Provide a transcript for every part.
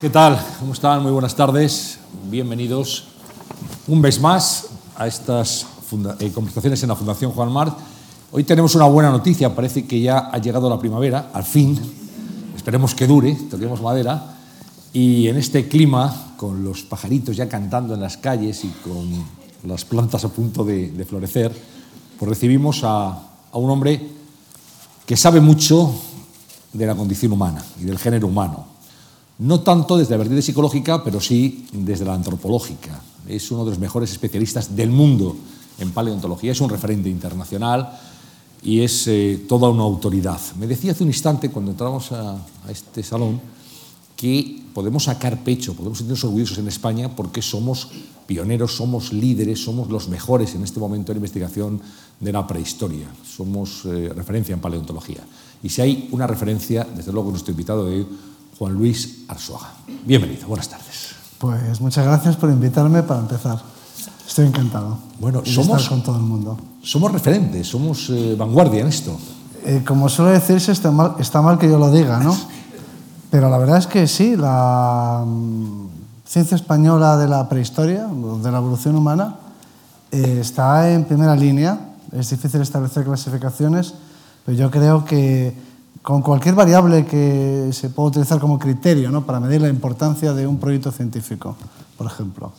¿Qué tal? ¿Cómo están? Muy buenas tardes. Bienvenidos un mes más a estas conversaciones en la Fundación Juan March. Hoy tenemos una buena noticia. Parece que ya ha llegado la primavera, al fin. Esperemos que dure, toquemos madera. Y en este clima, con los pajaritos ya cantando en las calles y con las plantas a punto de florecer, pues recibimos a un hombre que sabe mucho de la condición humana y del género humano. No tanto desde la vertiente psicológica, pero sí desde la antropológica. Es uno de los mejores especialistas del mundo en paleontología, es un referente internacional y es toda una autoridad. Me decía hace un instante, cuando entramos a este salón, que podemos sacar pecho, podemos sentirnos orgullosos en España porque somos pioneros, somos líderes, somos los mejores en este momento en investigación de la prehistoria. Somos referencia en paleontología. Y si hay una referencia, desde luego nuestro invitado de hoy, Juan Luis Arzuaga. Bienvenido, buenas tardes. Pues muchas gracias por invitarme para empezar. Estoy encantado de estar con todo el mundo. Somos referentes, somos vanguardia en esto. Como suele decirse, está mal que yo lo diga, ¿no? Pero la verdad es que sí, la ciencia española de la prehistoria, de la evolución humana, está en primera línea. Es difícil establecer clasificaciones, pero yo creo que con cualquier variable que se pueda utilizar como criterio, ¿no?, para medir la importancia de un proyecto científico, por ejemplo,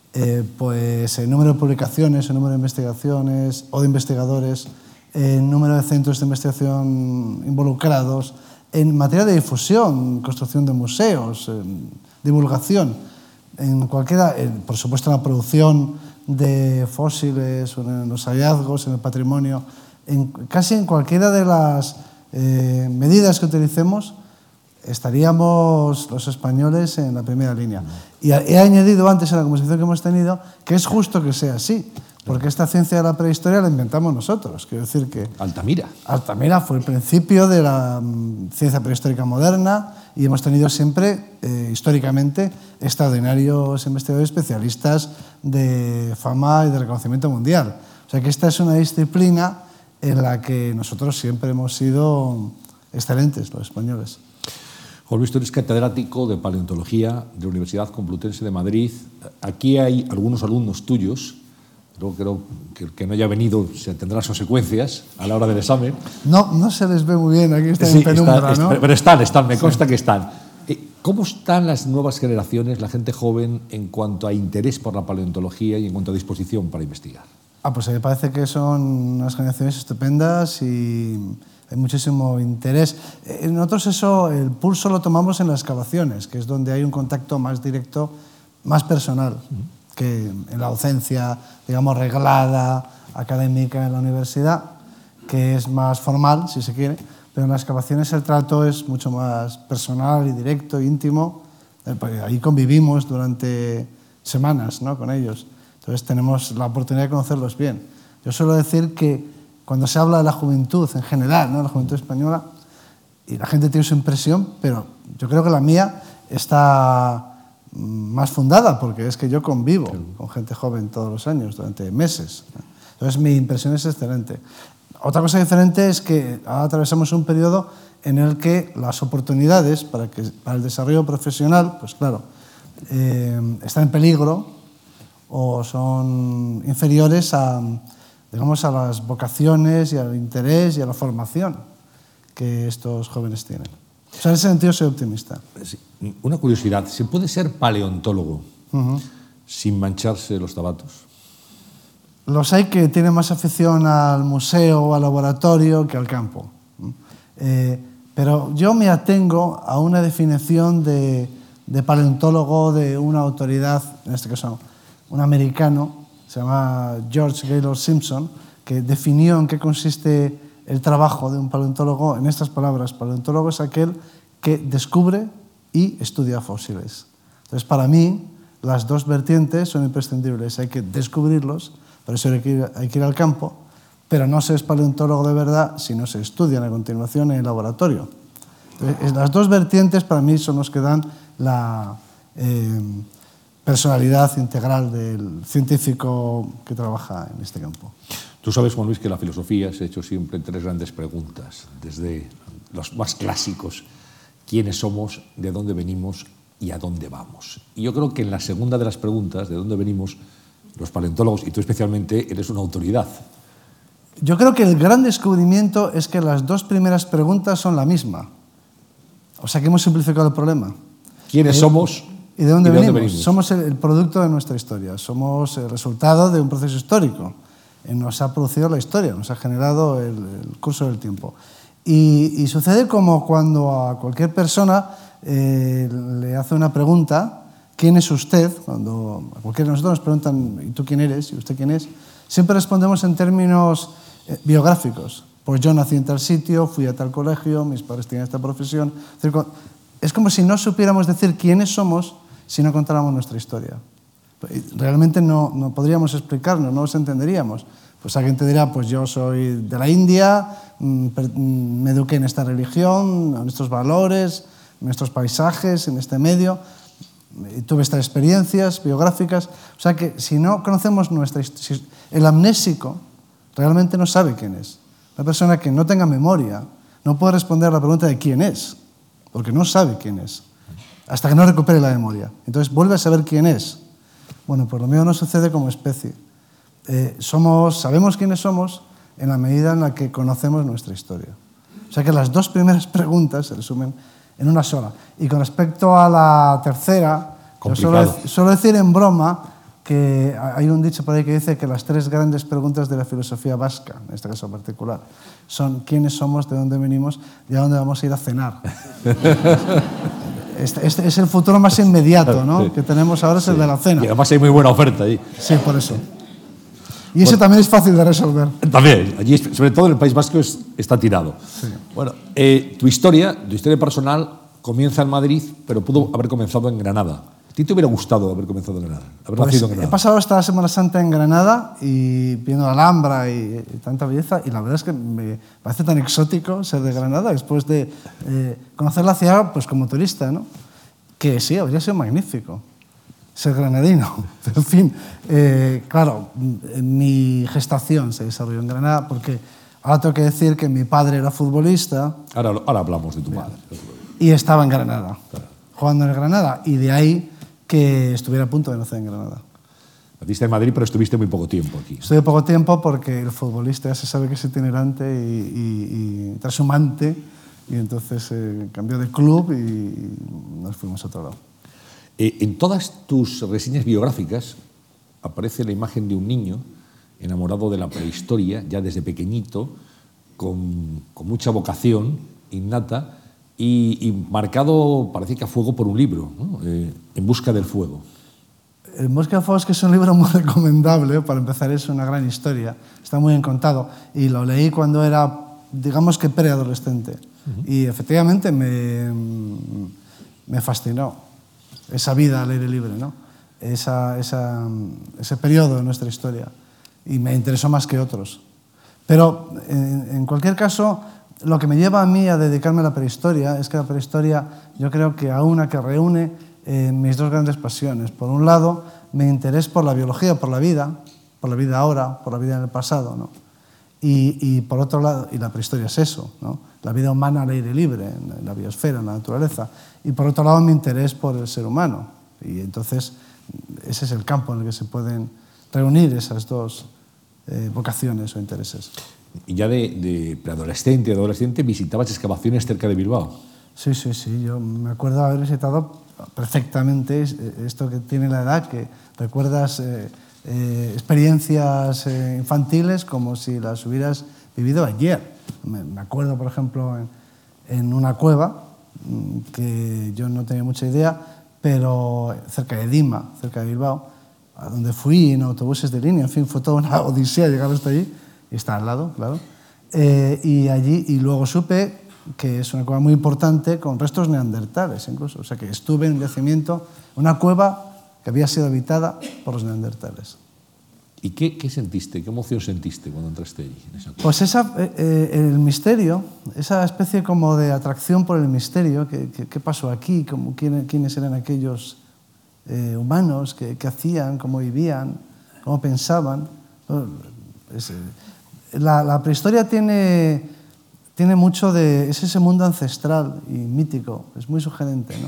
pues el número de publicaciones, el número de investigaciones o de investigadores, el número de centros de investigación involucrados, en materia de difusión, construcción de museos, divulgación, en cualquiera, por supuesto en la producción de fósiles, en los hallazgos, en el patrimonio, casi en cualquiera de las medidas que utilicemos, estaríamos los españoles en la primera línea. Y he añadido antes en la conversación que hemos tenido que es justo que sea así, porque esta ciencia de la prehistoria la inventamos nosotros. Quiero decir que Altamira fue el principio de la ciencia prehistórica moderna y hemos tenido siempre, históricamente, extraordinarios investigadores especialistas de fama y de reconocimiento mundial. O sea que esta es una disciplina en la que nosotros siempre hemos sido excelentes, los españoles. Juan Luis, tú eres catedrático de paleontología de la Universidad Complutense de Madrid. Aquí hay algunos alumnos tuyos, pero creo que el que no haya venido se tendrá consecuencias a la hora del examen. No se les ve muy bien, aquí están en penumbra, ¿no? Pero están, me consta que están. ¿Cómo están las nuevas generaciones, la gente joven, en cuanto a interés por la paleontología y en cuanto a disposición para investigar? Pues a mí me parece que son unas generaciones estupendas y hay muchísimo interés. Nosotros el pulso lo tomamos en las excavaciones, que es donde hay un contacto más directo, más personal, que en la docencia, digamos, reglada, académica en la universidad, que es más formal, si se quiere, pero en las excavaciones el trato es mucho más personal y directo, íntimo. Ahí convivimos durante semanas, ¿no?, con ellos. Entonces tenemos la oportunidad de conocerlos bien. Yo suelo decir que cuando se habla de la juventud en general, ¿no?, la juventud española, y la gente tiene su impresión, pero yo creo que la mía está más fundada, porque es que yo convivo con gente joven todos los años, durante meses. Entonces mi impresión es excelente. Otra cosa diferente es que ahora atravesamos un periodo en el que las oportunidades para el desarrollo profesional, pues claro, están en peligro o son inferiores a las vocaciones y al interés y a la formación que estos jóvenes tienen. O sea, en ese sentido soy optimista. Sí. Una curiosidad, ¿se puede ser paleontólogo sin mancharse los zapatos? Los hay que tienen más afición al museo o al laboratorio que al campo. Pero yo me atengo a una definición de paleontólogo de una autoridad, en este caso un americano, se llama George Gaylord Simpson, que definió en qué consiste el trabajo de un paleontólogo en estas palabras: paleontólogo es aquel que descubre y estudia fósiles. Entonces, para mí, las dos vertientes son imprescindibles. Hay que descubrirlos, por eso hay que ir al campo, pero no se es paleontólogo de verdad si no se estudian a continuación en el laboratorio. Entonces, las dos vertientes para mí son los que dan la personalidad integral del científico que trabaja en este campo. Tú sabes, Juan Luis, que la filosofía se ha hecho siempre tres grandes preguntas, desde los más clásicos: ¿quiénes somos? ¿De dónde venimos? y a dónde vamos. Y yo creo que en la segunda de las preguntas, de dónde venimos, los paleontólogos, y tú especialmente, eres una autoridad. Yo creo que el gran descubrimiento es que las dos primeras preguntas son la misma. O sea que hemos simplificado el problema. ¿Quiénes somos y de dónde venimos? Somos el producto de nuestra historia, somos el resultado de un proceso histórico. Nos ha producido la historia, nos ha generado el curso del tiempo. Y sucede como cuando a cualquier persona le hace una pregunta, ¿quién es usted? Cuando a cualquiera de nosotros nos preguntan, ¿y tú quién eres? ¿Y usted quién es? Siempre respondemos en términos biográficos. Pues yo nací en tal sitio, fui a tal colegio, mis padres tenían esta profesión. Es como si no supiéramos decir quiénes somos si no contáramos nuestra historia. Realmente no podríamos explicarnos, no nos entenderíamos. Pues alguien te dirá, pues yo soy de la India, me eduqué en esta religión, en estos valores, en estos paisajes, en este medio, tuve estas experiencias biográficas. O sea que si no conocemos nuestra historia, el amnésico realmente no sabe quién es. Una persona que no tenga memoria no puede responder a la pregunta de quién es, porque no sabe quién es, hasta que no recupere la memoria. Entonces vuelve a saber quién es. Bueno, pues lo mío no sucede como especie. Sabemos quiénes somos en la medida en la que conocemos nuestra historia. O sea que las dos primeras preguntas se resumen en una sola. Y con respecto a la tercera, yo suelo decir en broma que hay un dicho por ahí que dice que las tres grandes preguntas de la filosofía vasca, en este caso particular, son quiénes somos, de dónde venimos y a dónde vamos a ir a cenar. Este es el futuro más inmediato, ¿no? Que tenemos ahora, es el de la cena. Y además hay muy buena oferta ahí. Sí, por eso. Y ese también es fácil de resolver. También, allí, sobre todo en el País Vasco, está tirado. Sí. Bueno, tu historia personal comienza en Madrid, pero pudo haber comenzado en Granada. ¿A ti te hubiera gustado haber comenzado en Granada? Nacido en Granada? He pasado esta Semana Santa en Granada y viendo la Alhambra y tanta belleza, y la verdad es que me parece tan exótico ser de Granada después de conocer la ciudad pues, como turista, ¿no? Que sí, habría sido magnífico ser granadino. Pero, en fin, claro, mi gestación se desarrolló en Granada porque ahora tengo que decir que mi padre era futbolista. Ahora hablamos de tu padre. Y estaba en Granada, claro, jugando en Granada, y de ahí que estuviera a punto de nacer en Granada. Naciste en Madrid, pero estuviste muy poco tiempo aquí. Estuve poco tiempo porque el futbolista ya se sabe que es itinerante y trashumante, y entonces cambió de club y nos fuimos a otro lado. En todas tus reseñas biográficas aparece la imagen de un niño enamorado de la prehistoria, ya desde pequeñito, con mucha vocación innata y marcado, parece que a fuego, por un libro, ¿no? En busca del fuego. En busca del fuego es que es un libro muy recomendable, para empezar es una gran historia, está muy bien contado, y lo leí cuando era, digamos que preadolescente, y efectivamente me fascinó esa vida al aire libre, ¿no? Ese periodo de nuestra historia, y me interesó más que otros. Pero en cualquier caso, lo que me lleva a mí a dedicarme a la prehistoria es que la prehistoria yo creo que que reúne mis dos grandes pasiones. Por un lado, mi interés por la biología, por la vida ahora, por la vida en el pasado, ¿no? Y por otro lado, y la prehistoria es eso, ¿no? La vida humana al aire libre, en la biosfera, en la naturaleza. Y por otro lado, mi interés por el ser humano. Y entonces, ese es el campo en el que se pueden reunir esas dos vocaciones o intereses. Y ya de preadolescente, adolescente, visitabas excavaciones cerca de Bilbao. Sí. Yo me acuerdo haber visitado perfectamente esto que tiene la edad, que recuerdas experiencias infantiles como si las hubieras vivido ayer. Me acuerdo, por ejemplo, en una cueva que yo no tenía mucha idea, pero cerca de Dima, cerca de Bilbao, a donde fui en autobuses de línea. En fin, fue toda una odisea llegar hasta allí. Y está al lado, claro. Y luego supe que es una cueva muy importante con restos neandertales incluso. O sea que estuve en un yacimiento, una cueva que había sido habitada por los neandertales. ¿Y qué sentiste, qué emoción sentiste cuando entraste allí? En esa cueva? Pues el misterio, esa especie como de atracción por el misterio, ¿qué pasó aquí? ¿Quiénes eran aquellos humanos? ¿Qué hacían? ¿Cómo vivían? ¿Cómo pensaban? La prehistoria tiene mucho de... Es ese mundo ancestral y mítico, es muy sugerente, ¿no?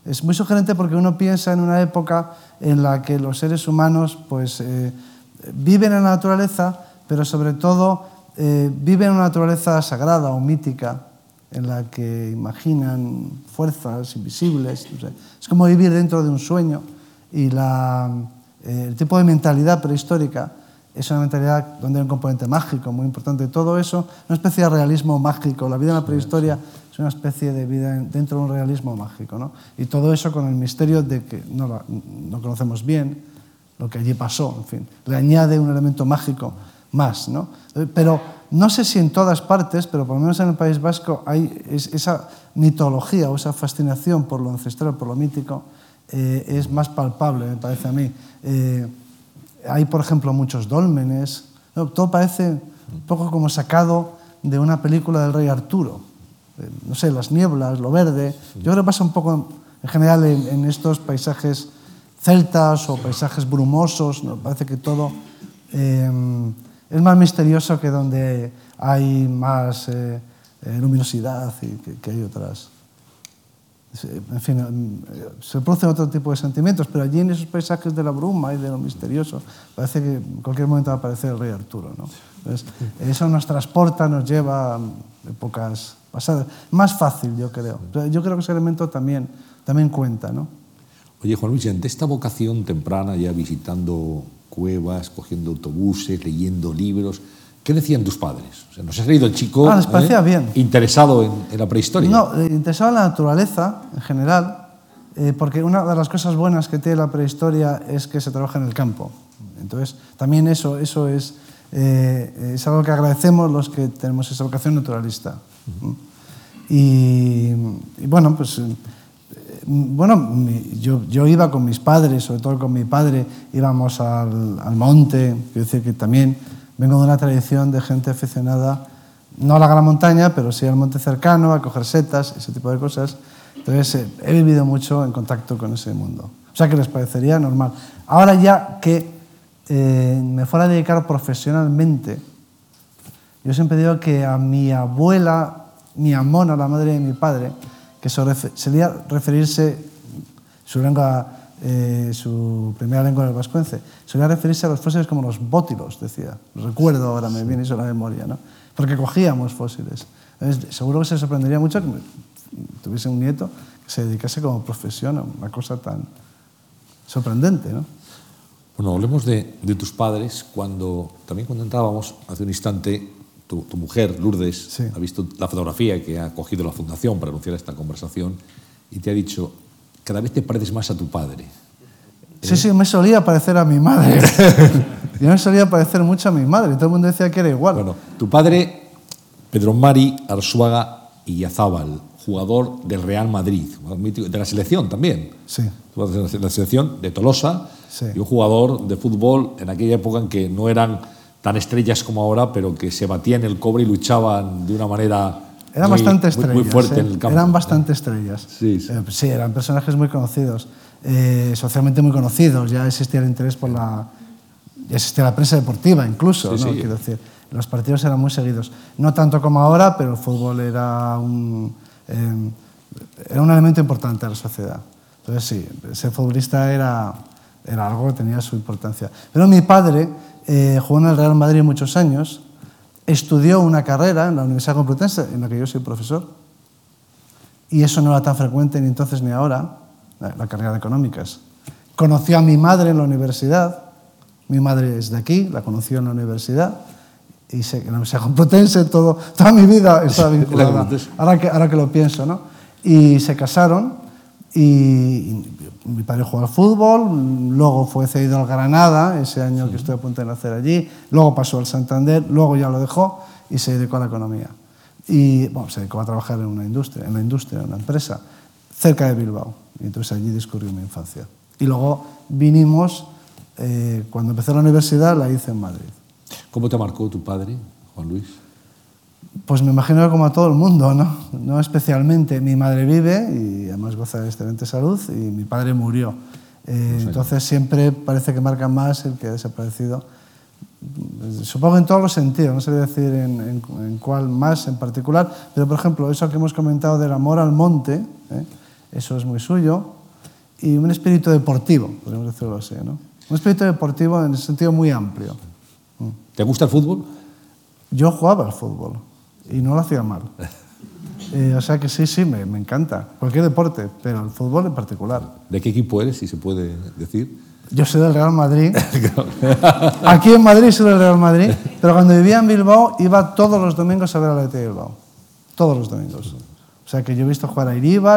Es muy sugerente porque uno piensa en una época en la que los seres humanos pues, viven en la naturaleza, pero sobre todo viven en una naturaleza sagrada o mítica, en la que imaginan fuerzas invisibles. O sea, es como vivir dentro de un sueño, y el tipo de mentalidad prehistórica es una mentalidad donde hay un componente mágico muy importante. Todo eso, una especie de realismo mágico. La vida en la prehistoria es una especie de vida dentro de un realismo mágico, ¿no? Y todo eso con el misterio de que no conocemos bien lo que allí pasó. En fin, le añade un elemento mágico más, ¿no? Pero no sé si en todas partes, pero por lo menos en el País Vasco hay esa mitología o esa fascinación por lo ancestral, por lo mítico, es más palpable, me parece a mí. Hay, por ejemplo, muchos dólmenes. Todo parece un poco como sacado de una película del rey Arturo. No sé, las nieblas, lo verde. Yo creo que pasa un poco, en general, en estos paisajes celtas o paisajes brumosos. ¿No? Parece que todo es más misterioso que donde hay más luminosidad y que hay otras. En fin, se producen otro tipo de sentimientos, pero allí en esos paisajes de la bruma y de lo misterioso, parece que en cualquier momento va a aparecer el rey Arturo, ¿no? Entonces, eso nos transporta, nos lleva a épocas pasadas. Más fácil, yo creo. Yo creo que ese elemento también cuenta, ¿no? Oye, Juan Luis, ante esta vocación temprana, ya visitando cuevas, cogiendo autobuses, leyendo libros, ¿qué decían tus padres? O sea, ¿nos has leído el chico les parecía bien. Interesado en la prehistoria? No, interesado en la naturaleza en general, porque una de las cosas buenas que tiene la prehistoria es que se trabaja en el campo. Entonces, también eso es algo que agradecemos los que tenemos esa vocación naturalista. Y bueno, pues yo iba con mis padres, sobre todo con mi padre, íbamos al monte. Quiero decir que también vengo de una tradición de gente aficionada, no a la gran montaña, pero sí al monte cercano, a coger setas, ese tipo de cosas. Entonces he vivido mucho en contacto con ese mundo. O sea que les parecería normal. Ahora ya que me fuera a dedicar profesionalmente, yo siempre digo que a mi abuela, mi amona, la madre de mi padre, que solía referirse, su primera lengua era el vascuence, solía referirse a los fósiles como los bótilos, decía. Recuerdo ahora, me viene eso a la memoria, ¿no? Porque cogíamos fósiles. Entonces, seguro que se sorprendería mucho que tuviese un nieto que se dedicase como profesión a una cosa tan sorprendente, ¿no? Bueno, hablemos de tus padres. También cuando entrábamos, hace un instante, tu mujer, Lourdes, sí, ha visto la fotografía que ha cogido la Fundación para anunciar esta conversación y te ha dicho, cada vez te pareces más a tu padre. Sí, me solía parecer a mi madre. Yo me solía parecer mucho a mi madre. Todo el mundo decía que era igual. Bueno, tu padre, Pedro Mari Arzuaga Illazábal, jugador del Real Madrid, de la selección también. Sí. De la selección de Tolosa, sí, y un jugador de fútbol en aquella época en que no eran tan estrellas como ahora, pero que se batían el cobre y luchaban de una manera muy fuerte en el campo. Eran bastante estrellas. Sí, sí. Sí, eran personajes muy conocidos, socialmente muy conocidos. Ya existía el interés ya existía la prensa deportiva incluso, sí, ¿no? Sí. Quiero decir, los partidos eran muy seguidos. No tanto como ahora, pero el fútbol era un elemento importante de la sociedad. Entonces sí, ser futbolista era algo que tenía su importancia. Pero mi padre jugó en el Real Madrid muchos años, estudió una carrera en la Universidad Complutense, en la que yo soy profesor, y eso no era tan frecuente ni entonces ni ahora, la carrera de económicas. Conoció a mi madre en la universidad, mi madre es de aquí, la conoció en la universidad, y en la Universidad Complutense toda mi vida estaba vinculada, ahora que lo pienso, ¿no? Y se casaron, y mi padre jugó al fútbol, luego fue cedido al Granada, ese año que estuve a punto de nacer allí, luego pasó al Santander, luego ya lo dejó y se dedicó a la economía. Y bueno, se dedicó a trabajar en una industria, en una empresa, cerca de Bilbao. Y entonces allí discurrió mi infancia. Y luego vinimos, cuando empecé la universidad, la hice en Madrid. ¿Cómo te marcó tu padre, Juan Luis? Pues me imagino que como a todo el mundo, ¿no? No especialmente. Mi madre vive y además goza de excelente salud y mi padre murió. Entonces siempre parece que marca más el que ha desaparecido. Supongo en todos los sentidos, no sé decir en cuál más en particular, pero por ejemplo, eso que hemos comentado del amor al monte, eso es muy suyo, y un espíritu deportivo, podríamos decirlo así, ¿no? Un espíritu deportivo en el sentido muy amplio. ¿Te gusta el fútbol? Yo jugaba al fútbol y no lo hacía mal. O sea que sí, me encanta. Cualquier deporte, pero el fútbol en particular. ¿De qué equipo eres, si se puede decir? Yo soy del Real Madrid. Aquí en Madrid soy del Real Madrid, pero cuando vivía en Bilbao iba todos los domingos a ver al Athletic de Bilbao. Todos los domingos. O sea que yo he visto jugar a Iríbar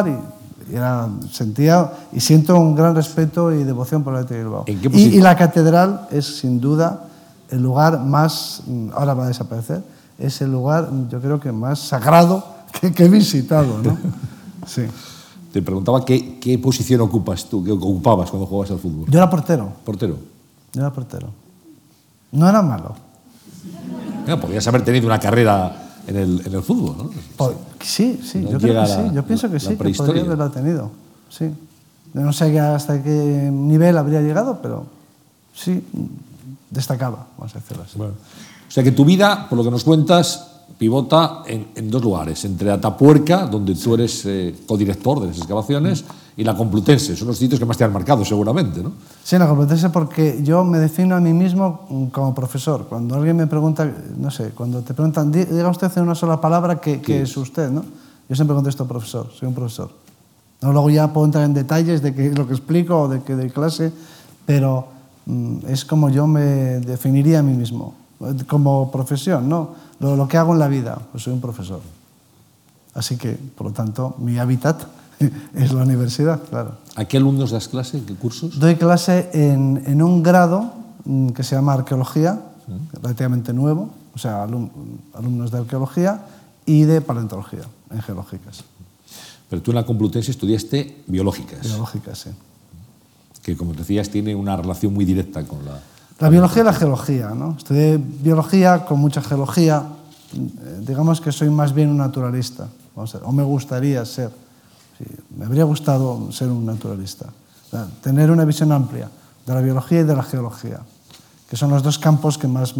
y siento un gran respeto y devoción por el Athletic de Bilbao. Y la catedral es sin duda el lugar más, ahora va a desaparecer, es el lugar yo creo que más sagrado que he visitado, ¿no? Sí. Te preguntaba qué posición ocupas tú, qué ocupabas cuando jugabas al fútbol. Yo era portero. ¿Portero? Yo era portero. No era malo. Podrías haber tenido una carrera en el fútbol, ¿no? Sí, yo creo que sí. Yo pienso que sí, que podría haberla tenido. Sí. No sé hasta qué nivel habría llegado, pero sí, destacaba, vamos a decirlo así. Bueno. O sea que tu vida, por lo que nos cuentas, pivota en dos lugares, entre Atapuerca, donde tú eres codirector de las excavaciones, y la Complutense. Son los sitios que más te han marcado, seguramente, ¿no? Sí, la Complutense, porque yo me defino a mí mismo como profesor. Cuando alguien me pregunta, no sé, cuando te preguntan, diga usted en una sola palabra qué es usted, ¿no? Yo siempre contesto profesor, soy un profesor. No, luego ya puedo entrar en detalles de lo que explico o de qué de clase, pero es como yo me definiría a mí mismo, como profesión, ¿no? Lo que hago en la vida, pues soy un profesor. Así que, por lo tanto, mi hábitat es la universidad, claro. ¿A qué alumnos das clase? ¿Qué cursos? Doy clase en un grado que se llama Arqueología, relativamente nuevo, o sea, alumnos de Arqueología y de Paleontología, en Geológicas. Pero tú en la Complutense estudiaste Biológicas. Biológicas, sí. Que, como decías, tiene una relación muy directa con la... La biología y la geología, ¿no? Estudié biología con mucha geología. Digamos que soy más bien un naturalista, o me gustaría ser. Sí, me habría gustado ser un naturalista. Tener una visión amplia de la biología y de la geología, que son los dos campos que más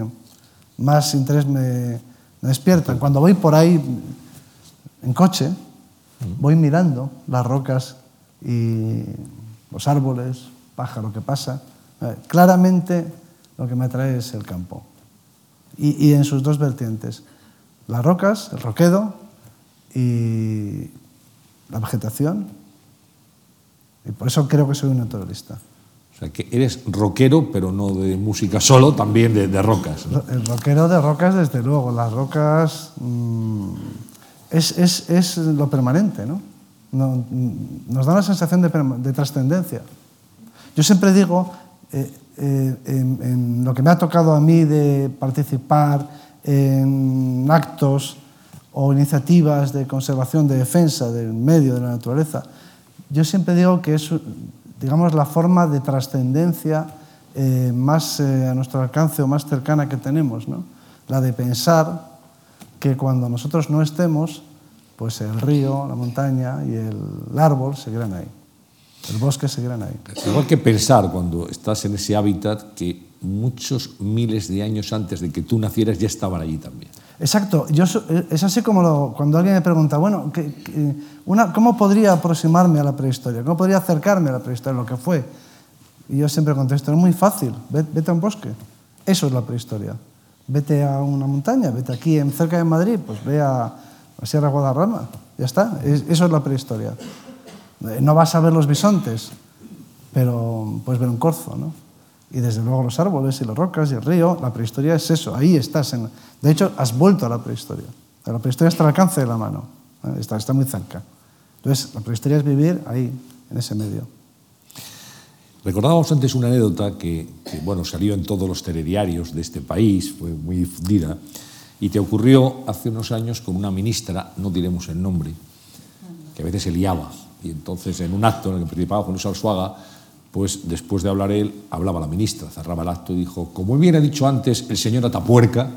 interés me despiertan. Cuando voy por ahí en coche, voy mirando las rocas y los árboles, pájaro que pasa. Claramente lo que me atrae es el campo y en sus dos vertientes, las rocas, el roquedo y la vegetación, y por eso creo que soy un naturalista. O sea, que eres rockero, pero no de música solo, también de rocas, ¿no? El rockero de rocas, desde luego. Las rocas es lo permanente, ¿no? Nos da una sensación de trascendencia. Yo siempre digo, en lo que me ha tocado a mí de participar en actos o iniciativas de conservación, de defensa del medio, de la naturaleza, yo siempre digo que es, digamos, la forma de trascendencia más a nuestro alcance o más cercana que tenemos, ¿no? La de pensar que cuando nosotros no estemos, pues el río, la montaña y el árbol seguirán ahí. El bosque seguirán ahí. Igual que pensar, cuando estás en ese hábitat, que muchos miles de años antes de que tú nacieras ya estaban allí también. Exacto. Es así como cuando alguien me pregunta, bueno, ¿cómo podría aproximarme a la prehistoria? ¿Cómo podría acercarme a la prehistoria, lo que fue? Y yo siempre contesto, es muy fácil, vete a un bosque. Eso es la prehistoria. Vete a una montaña, vete aquí cerca de Madrid, pues ve a Sierra Guadarrama. Ya está, eso es la prehistoria. No vas a ver los bisontes, pero puedes ver un corzo, ¿no? Y desde luego los árboles y las rocas y el río, la prehistoria es eso, ahí estás. De hecho, has vuelto a la prehistoria. La prehistoria está al alcance de la mano, está muy cerca. Entonces, la prehistoria es vivir ahí, en ese medio. Recordábamos antes una anécdota que bueno, salió en todos los telediarios de este país, fue muy difundida, y te ocurrió hace unos años con una ministra, no diremos el nombre, que a veces se liaba. Y entonces, en un acto en el que participaba Juan Luis Arzuaga, pues después de hablar él, hablaba la ministra, cerraba el acto y dijo, como bien ha dicho antes el señor Atapuerca,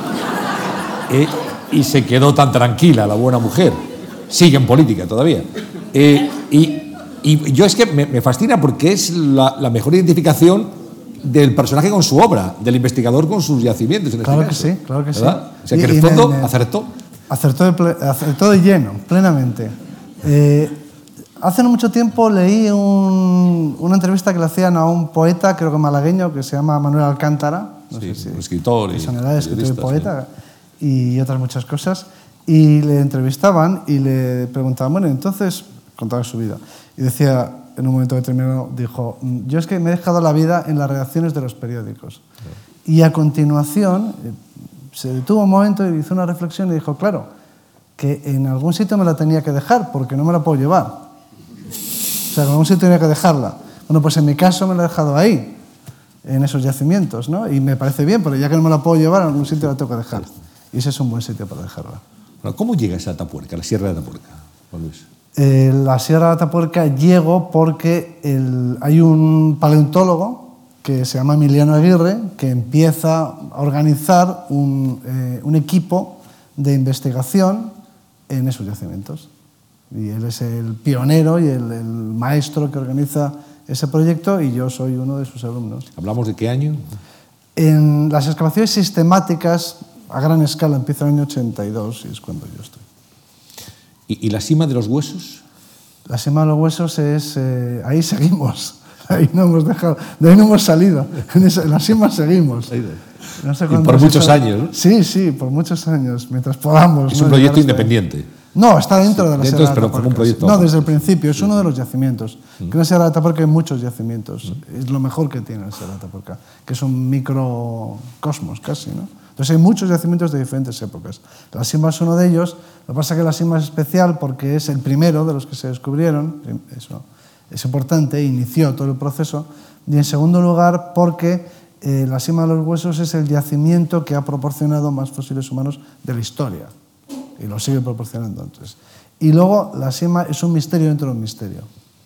y se quedó tan tranquila la buena mujer. Sigue en política todavía. Y yo es que me fascina porque es la mejor identificación del personaje con su obra, del investigador con sus yacimientos. En claro este caso, que sí, claro que ¿verdad? sí. O sea que en el fondo acertó. Acertó de lleno, plenamente. Hace no mucho tiempo leí una entrevista que le hacían a un poeta, creo que malagueño, que se llama Manuel Alcántara. No sí, sé si escritor y poeta, y otras muchas cosas. Y le entrevistaban y le preguntaban, bueno, entonces, contaba su vida. Y decía, en un momento determinado, dijo, yo es que me he dejado la vida en las redacciones de los periódicos. Sí. Y a continuación se detuvo un momento y hizo una reflexión y dijo, claro, que en algún sitio me la tenía que dejar porque no me la puedo llevar. O sea, en algún sitio tenía que dejarla. Bueno, pues en mi caso me la he dejado ahí, en esos yacimientos, ¿no? Y me parece bien, pero ya que no me la puedo llevar, en algún sitio la tengo que dejar. Y ese es un buen sitio para dejarla. Bueno, ¿cómo llegas a Atapuerca, a la Sierra de Atapuerca, Juan Luis? La Sierra de Atapuerca llego porque hay un paleontólogo que se llama Emiliano Aguirre que empieza a organizar un equipo de investigación en esos yacimientos. Y él es el pionero y el maestro que organiza ese proyecto y yo soy uno de sus alumnos. ¿Hablamos de qué año? En las excavaciones sistemáticas a gran escala empieza en el año 82 y es cuando yo estoy. ¿Y la cima de los huesos? La cima de los huesos es... ahí seguimos. Ahí no hemos dejado, de ahí no hemos salido. En la cima seguimos. No sé, y por muchos años, ¿no? Sí, sí, por muchos años, mientras podamos. Es un proyecto independiente. No, está dentro de la Sierra de pero Atapuerca. como un proyecto. No, desde el principio, es uno de los yacimientos. Que en la Sierra de Atapuerca hay muchos yacimientos. Es lo mejor que tiene la Sierra de Atapuerca, que es un microcosmos casi, ¿no? Entonces hay muchos yacimientos de diferentes épocas. La Sima es uno de ellos. Lo que pasa es que la Sima es especial porque es el primero de los que se descubrieron. Eso es importante, inició todo el proceso. Y en segundo lugar porque la Sima de los Huesos es el yacimiento que ha proporcionado más fósiles humanos de la historia. Y lo sigue proporcionando entonces. Y luego la Sima es un misterio dentro de un misterio.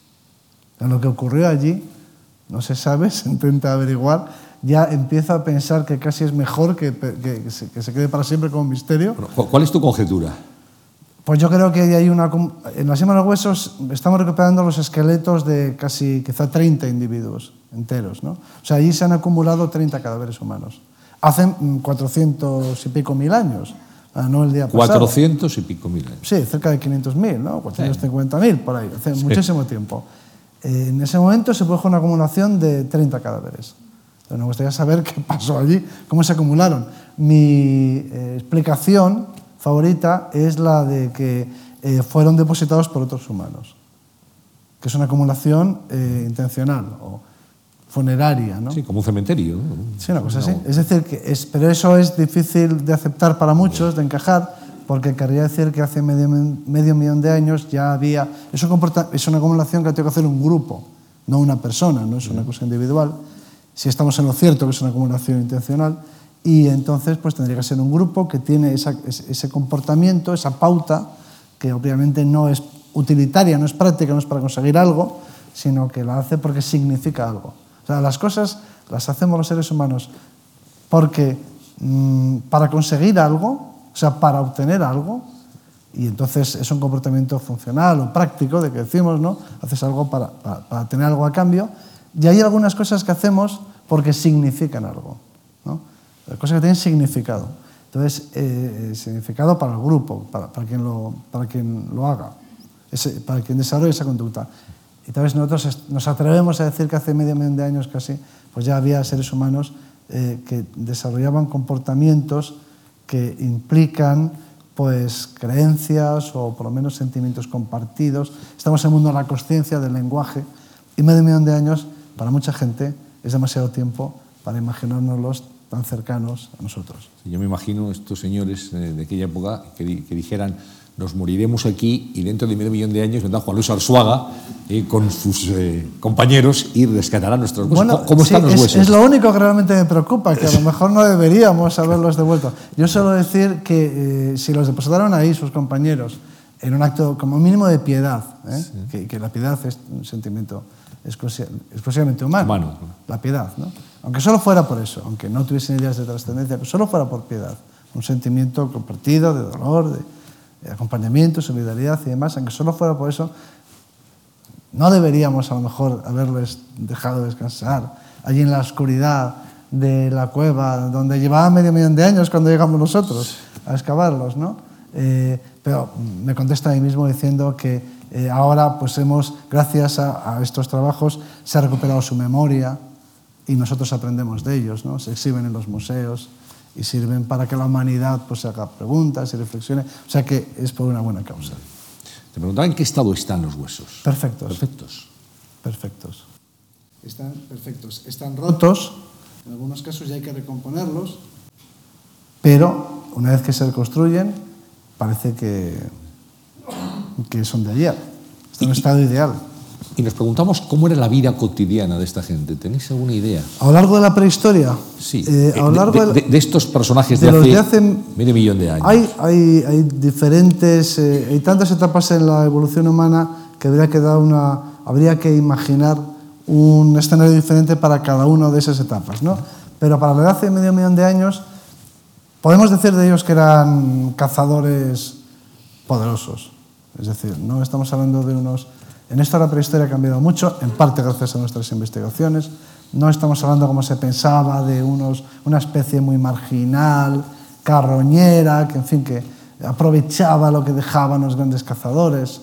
En lo que ocurrió allí, no se sabe, se intenta averiguar, ya empiezo a pensar que casi es mejor que se quede para siempre como un misterio. ¿Cuál es tu conjetura? Pues yo creo que hay una... En la Sima de los Huesos estamos recuperando los esqueletos de casi quizá 30 individuos enteros, ¿no? O sea, allí se han acumulado 30 cadáveres humanos. Hace 400 y pico mil años. No el día pasado. 400 y pico mil años. Sí, cerca de 500.000, ¿no? 450.000, por ahí, hace muchísimo tiempo. En ese momento se produjo una acumulación de 30 cadáveres. Entonces, me gustaría saber qué pasó allí, cómo se acumularon. Mi explicación favorita es la de que fueron depositados por otros humanos, que es una acumulación intencional o funeraria, ¿no? Sí, como un cementerio. Sí, una cosa así. Es decir, pero eso es difícil de aceptar para muchos, de encajar, porque querría decir que hace medio millón de años ya había... Es una acumulación que ha tenido que hacer un grupo, no una persona, no es una cosa individual. Si estamos en lo cierto que es una acumulación intencional, y entonces pues tendría que ser un grupo que tiene ese comportamiento, esa pauta, que obviamente no es utilitaria, no es práctica, no es para conseguir algo, sino que la hace porque significa algo. O sea, las cosas las hacemos los seres humanos porque para conseguir algo, o sea, para obtener algo, y entonces es un comportamiento funcional o práctico, de que decimos, ¿no? Haces algo para tener algo a cambio, y hay algunas cosas que hacemos porque significan algo, ¿no? Cosas que tienen significado. Entonces, significado para el grupo, para quien lo haga, para quien desarrolle esa conducta. Y tal vez nosotros nos atrevemos a decir que hace medio millón de años casi, pues ya había seres humanos que desarrollaban comportamientos que implican pues creencias o por lo menos sentimientos compartidos. Estamos en el mundo de la consciencia, del lenguaje, y medio millón de años para mucha gente es demasiado tiempo para imaginárnoslos tan cercanos a nosotros. Sí, yo me imagino estos señores de aquella época que dijeran: nos moriremos aquí y dentro de medio millón de años vendrá Juan Luis Arzuaga con sus compañeros y rescatará nuestros huesos. Bueno, ¿Cómo están los huesos? Es lo único que realmente me preocupa, que a lo mejor no deberíamos haberlos devuelto. Yo suelo decir que si los depositaron ahí sus compañeros en un acto como mínimo de piedad, sí, que la piedad es un sentimiento exclusivamente humano. La piedad, ¿no? Aunque solo fuera por eso, aunque no tuviesen ideas de trascendencia, que solo fuera por piedad, un sentimiento compartido de dolor, de acompañamiento, solidaridad y demás, aunque solo fuera por eso, no deberíamos a lo mejor haberles dejado descansar allí en la oscuridad de la cueva donde llevaban medio millón de años cuando llegamos nosotros a excavarlos, ¿no? Pero me contesto a mí mismo diciendo que Ahora, pues gracias a estos trabajos, se ha recuperado su memoria y nosotros aprendemos de ellos, ¿no? Se exhiben en los museos y sirven para que la humanidad pues, se haga preguntas y reflexione. O sea que es por una buena causa. Te preguntaba en qué estado están los huesos. Perfectos. Perfectos. Perfectos. Están perfectos. Están rotos, en algunos casos ya hay que recomponerlos, pero una vez que se reconstruyen, parece que son de ayer. Está en un estado ideal. Y nos preguntamos cómo era la vida cotidiana de esta gente. ¿Tenéis alguna idea? A lo largo de la prehistoria. Sí. A lo largo de estos personajes de hace medio millón de años. Hay diferentes, hay tantas etapas en la evolución humana que habría que imaginar un escenario diferente para cada una de esas etapas, ¿no? Pero para la edad de medio millón de años, podemos decir de ellos que eran cazadores poderosos. Es decir, no estamos hablando de unos... En esto la prehistoria ha cambiado mucho, en parte gracias a nuestras investigaciones. No estamos hablando, como se pensaba, de una especie muy marginal, carroñera, que, en fin, que aprovechaba lo que dejaban los grandes cazadores,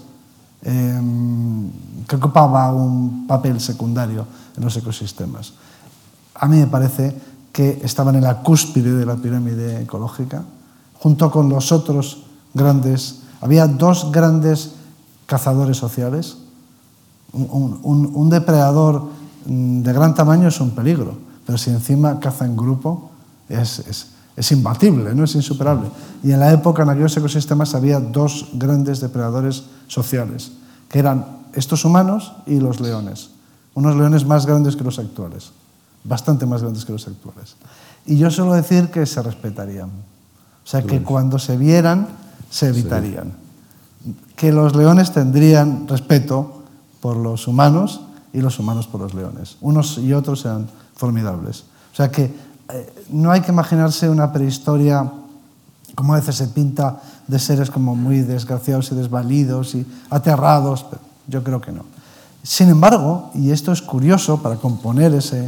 que ocupaba un papel secundario en los ecosistemas. A mí me parece que estaban en la cúspide de la pirámide ecológica, junto con los otros grandes... Había dos grandes cazadores sociales. Un depredador de gran tamaño es un peligro, pero si encima caza en grupo es imbatible, ¿no? Es insuperable. Y en la época, en aquellos ecosistemas, había dos grandes depredadores sociales, que eran estos humanos y los leones. Unos leones más grandes que los actuales, bastante más grandes que los actuales. Y yo suelo decir que se respetarían. O sea, que cuando se vieran, se evitarían. Que los leones tendrían respeto por los humanos y los humanos por los leones. Unos y otros eran formidables. O sea que no hay que imaginarse una prehistoria, como a veces se pinta, de seres como muy desgraciados y desvalidos y aterrados. Yo creo que no. Sin embargo, y esto es curioso para componer esa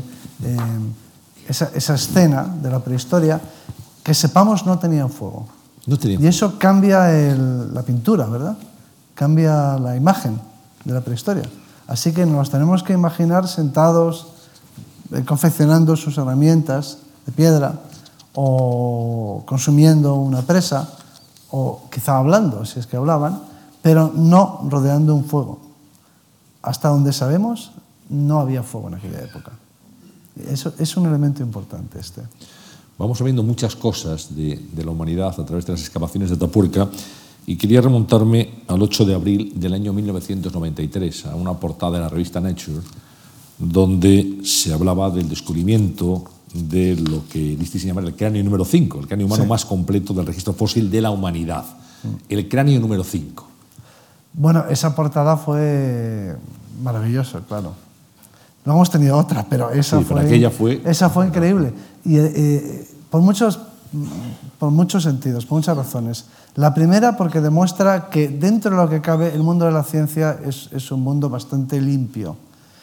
escena de la prehistoria, que sepamos no tenían fuego. No tenían. Y eso cambia la pintura, ¿verdad? Cambia la imagen de la prehistoria. Así que nos tenemos que imaginar sentados, confeccionando sus herramientas de piedra, o consumiendo una presa, o quizá hablando, si es que hablaban, pero no rodeando un fuego. Hasta donde sabemos, no había fuego en aquella época. Eso es un elemento importante este. Vamos sabiendo muchas cosas de la humanidad a través de las excavaciones de Atapuerca y quería remontarme al 8 de abril del año 1993, a una portada de la revista Nature, donde se hablaba del descubrimiento de lo que disteis llamar el cráneo número 5, el cráneo humano más completo del registro fósil de la humanidad. El cráneo número 5. Bueno, esa portada fue maravillosa, claro. No hemos tenido otra, pero esa fue increíble. Y por muchos sentidos, por muchas razones. La primera, porque demuestra que dentro de lo que cabe, el mundo de la ciencia es un mundo bastante limpio.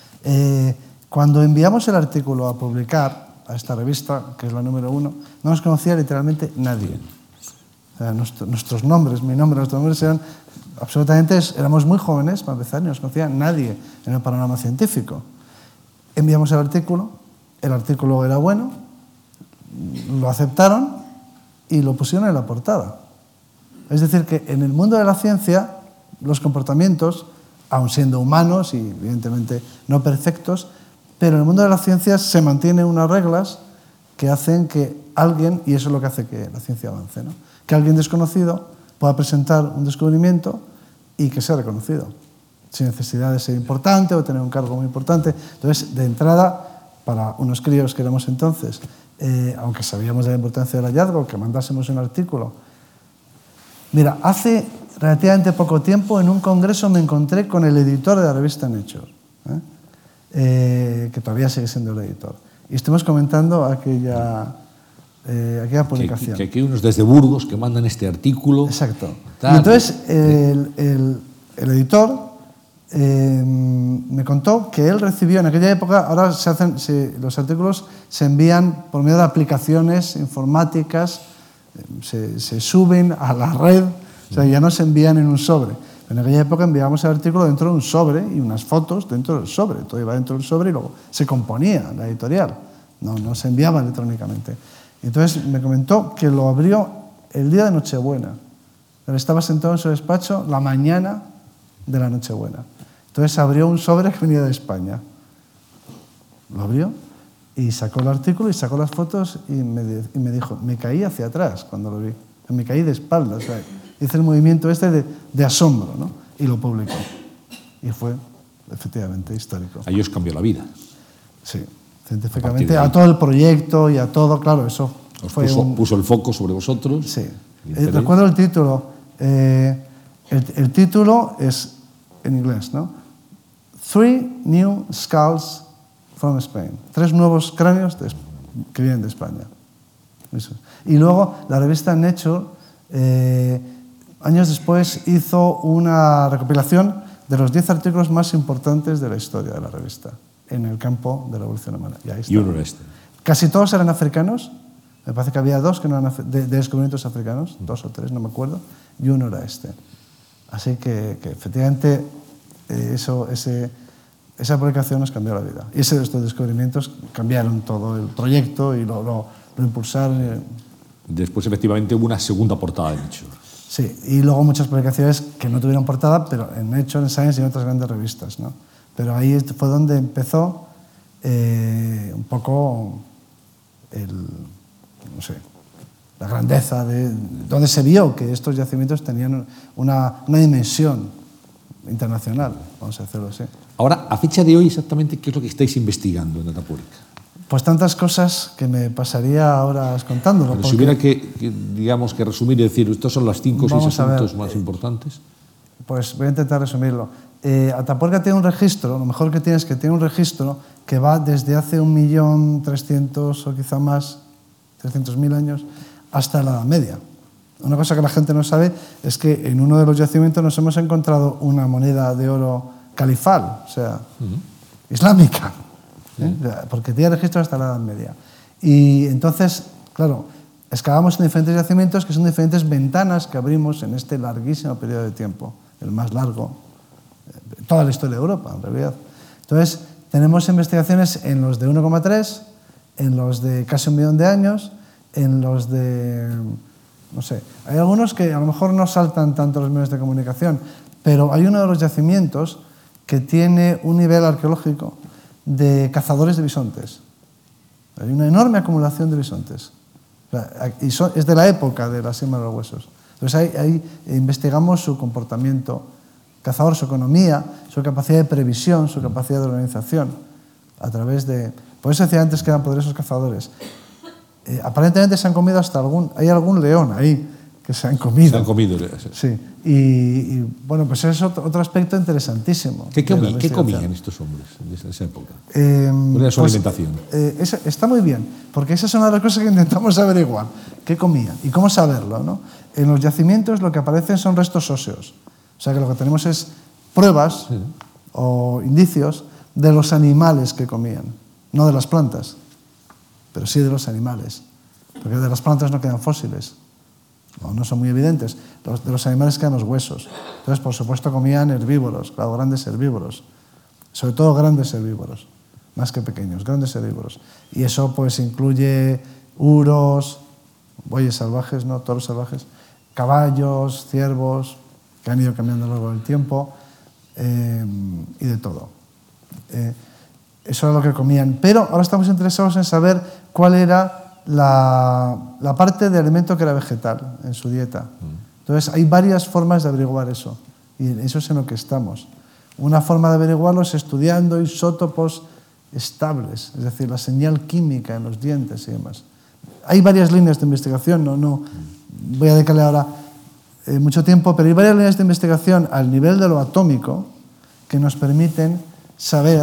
Cuando enviamos el artículo a publicar a esta revista, que es la número 1, no nos conocía literalmente nadie. O sea, nuestros nombres, mi nombre, nuestros nombres eran absolutamente... Éramos muy jóvenes, para empezar, y no nos conocía nadie en el panorama científico. Enviamos el artículo era bueno, lo aceptaron y lo pusieron en la portada. Es decir, que en el mundo de la ciencia, los comportamientos, aun siendo humanos y evidentemente no perfectos, pero en el mundo de la ciencia se mantienen unas reglas que hacen que alguien, y eso es lo que hace que la ciencia avance, ¿no? Que alguien desconocido pueda presentar un descubrimiento y que sea reconocido, sin necesidad de ser importante o tener un cargo muy importante. Entonces, de entrada, para unos críos que éramos entonces, aunque sabíamos de la importancia del hallazgo, que mandásemos un artículo. Mira, hace relativamente poco tiempo en un congreso me encontré con el editor de la revista Nature, que todavía sigue siendo el editor. Y estuvimos comentando aquella publicación. Que aquí hay unos desde Burgos que mandan este artículo. Exacto. Y entonces el editor me contó que él recibió en aquella época, ahora los artículos se envían por medio de aplicaciones informáticas, se suben a la red, o sea, ya no se envían en un sobre. En aquella época enviábamos el artículo dentro de un sobre y unas fotos dentro del sobre. Todo iba dentro del sobre y luego se componía la editorial. No se enviaba electrónicamente. Entonces me comentó que lo abrió el día de Nochebuena. Él estaba sentado en su despacho la mañana de la Nochebuena. Entonces abrió un sobre que venía de España. Lo abrió y sacó el artículo y sacó las fotos y me dijo, me caí hacia atrás cuando lo vi. Me caí de espaldas. O sea, hice el movimiento de asombro, ¿no? Y lo publicó. Y fue efectivamente histórico. Ahí os cambió la vida. Sí, científicamente, a todo el proyecto y a todo, claro, eso os fue puso el foco sobre vosotros. Sí. Recuerdo el título. El título es en inglés, ¿no? 3 New Skulls from Spain. 3 nuevos cráneos que vienen de España. Eso. Y luego la revista Nature, años después, hizo una recopilación de los 10 artículos más importantes de la historia de la revista en el campo de la evolución humana. Y uno era este. Casi todos eran africanos. Me parece que había 2 que no eran de descubrimientos africanos, 2 o 3, no me acuerdo, y uno era este. Así que efectivamente esa publicación nos cambió la vida. Y estos descubrimientos cambiaron todo el proyecto y lo impulsaron. Después, efectivamente, hubo una segunda portada de Nature. Sí, y luego muchas publicaciones que no tuvieron portada, pero en Nature, en Science y en otras grandes revistas, ¿no? Pero ahí fue donde empezó un poco no sé, la grandeza donde se vio que estos yacimientos tenían una dimensión internacional, vamos a decirlo así. Ahora, a fecha de hoy, exactamente, ¿qué es lo que estáis investigando en Atapuerca? Pues tantas cosas que me pasaría horas contándolo. Pero si hubiera digamos, que resumir y decir, estos son los 5 o 6 asuntos más importantes. Pues voy a intentar resumirlo. Atapuerca tiene un registro, lo mejor que tiene es que tiene un registro que va desde hace 1.300.000 o quizá más, 300.000 años, hasta la Edad Media. Una cosa que la gente no sabe es que en uno de los yacimientos nos hemos encontrado una moneda de oro califal, o sea, islámica, porque tiene registro hasta la Edad Media. Y entonces, claro, excavamos en diferentes yacimientos que son diferentes ventanas que abrimos en este larguísimo periodo de tiempo, el más largo, toda la historia de Europa, en realidad. Entonces, tenemos investigaciones en los de 1,3, en los de casi 1 millón de años, en los de, no sé, hay algunos que a lo mejor no saltan tanto los medios de comunicación, pero hay uno de los yacimientos que tiene un nivel arqueológico de cazadores de bisontes. Hay una enorme acumulación de bisontes. Y es de la época de la siembra de los huesos. Entonces ahí investigamos su comportamiento cazador, su economía, su capacidad de previsión, su capacidad de organización, a través de... Por eso decía antes que eran poderosos cazadores. Aparentemente se han comido hasta hay algún león ahí que se han comido. Se han comido. Sí. Y bueno, pues es otro aspecto interesantísimo. ¿Qué comían estos hombres desde esa época? ¿Cuál era su alimentación? Está muy bien, porque esa es una de las cosas que intentamos averiguar. ¿Qué comían? ¿Y cómo saberlo, no? En los yacimientos lo que aparecen son restos óseos. O sea que lo que tenemos es pruebas o indicios de los animales que comían. No de las plantas, pero sí de los animales. Porque de las plantas no quedan fósiles. No son muy evidentes. De los animales quedan los huesos. Entonces, por supuesto, comían herbívoros, claro, grandes herbívoros. Sobre todo grandes herbívoros, más que pequeños, grandes herbívoros. Y eso pues incluye uros, bueyes salvajes, ¿no? Toros salvajes, caballos, ciervos, que han ido cambiando a lo largo del tiempo, y de todo. Eso era lo que comían. Pero ahora estamos interesados en saber cuál era la parte de alimento que era vegetal en su dieta. Entonces, hay varias formas de averiguar eso, y eso es en lo que estamos. Una forma de averiguarlo es estudiando isótopos estables, es decir, la señal química en los dientes y demás. Hay varias líneas de investigación, no voy a dedicarle ahora mucho tiempo, pero hay varias líneas de investigación al nivel de lo atómico que nos permiten saber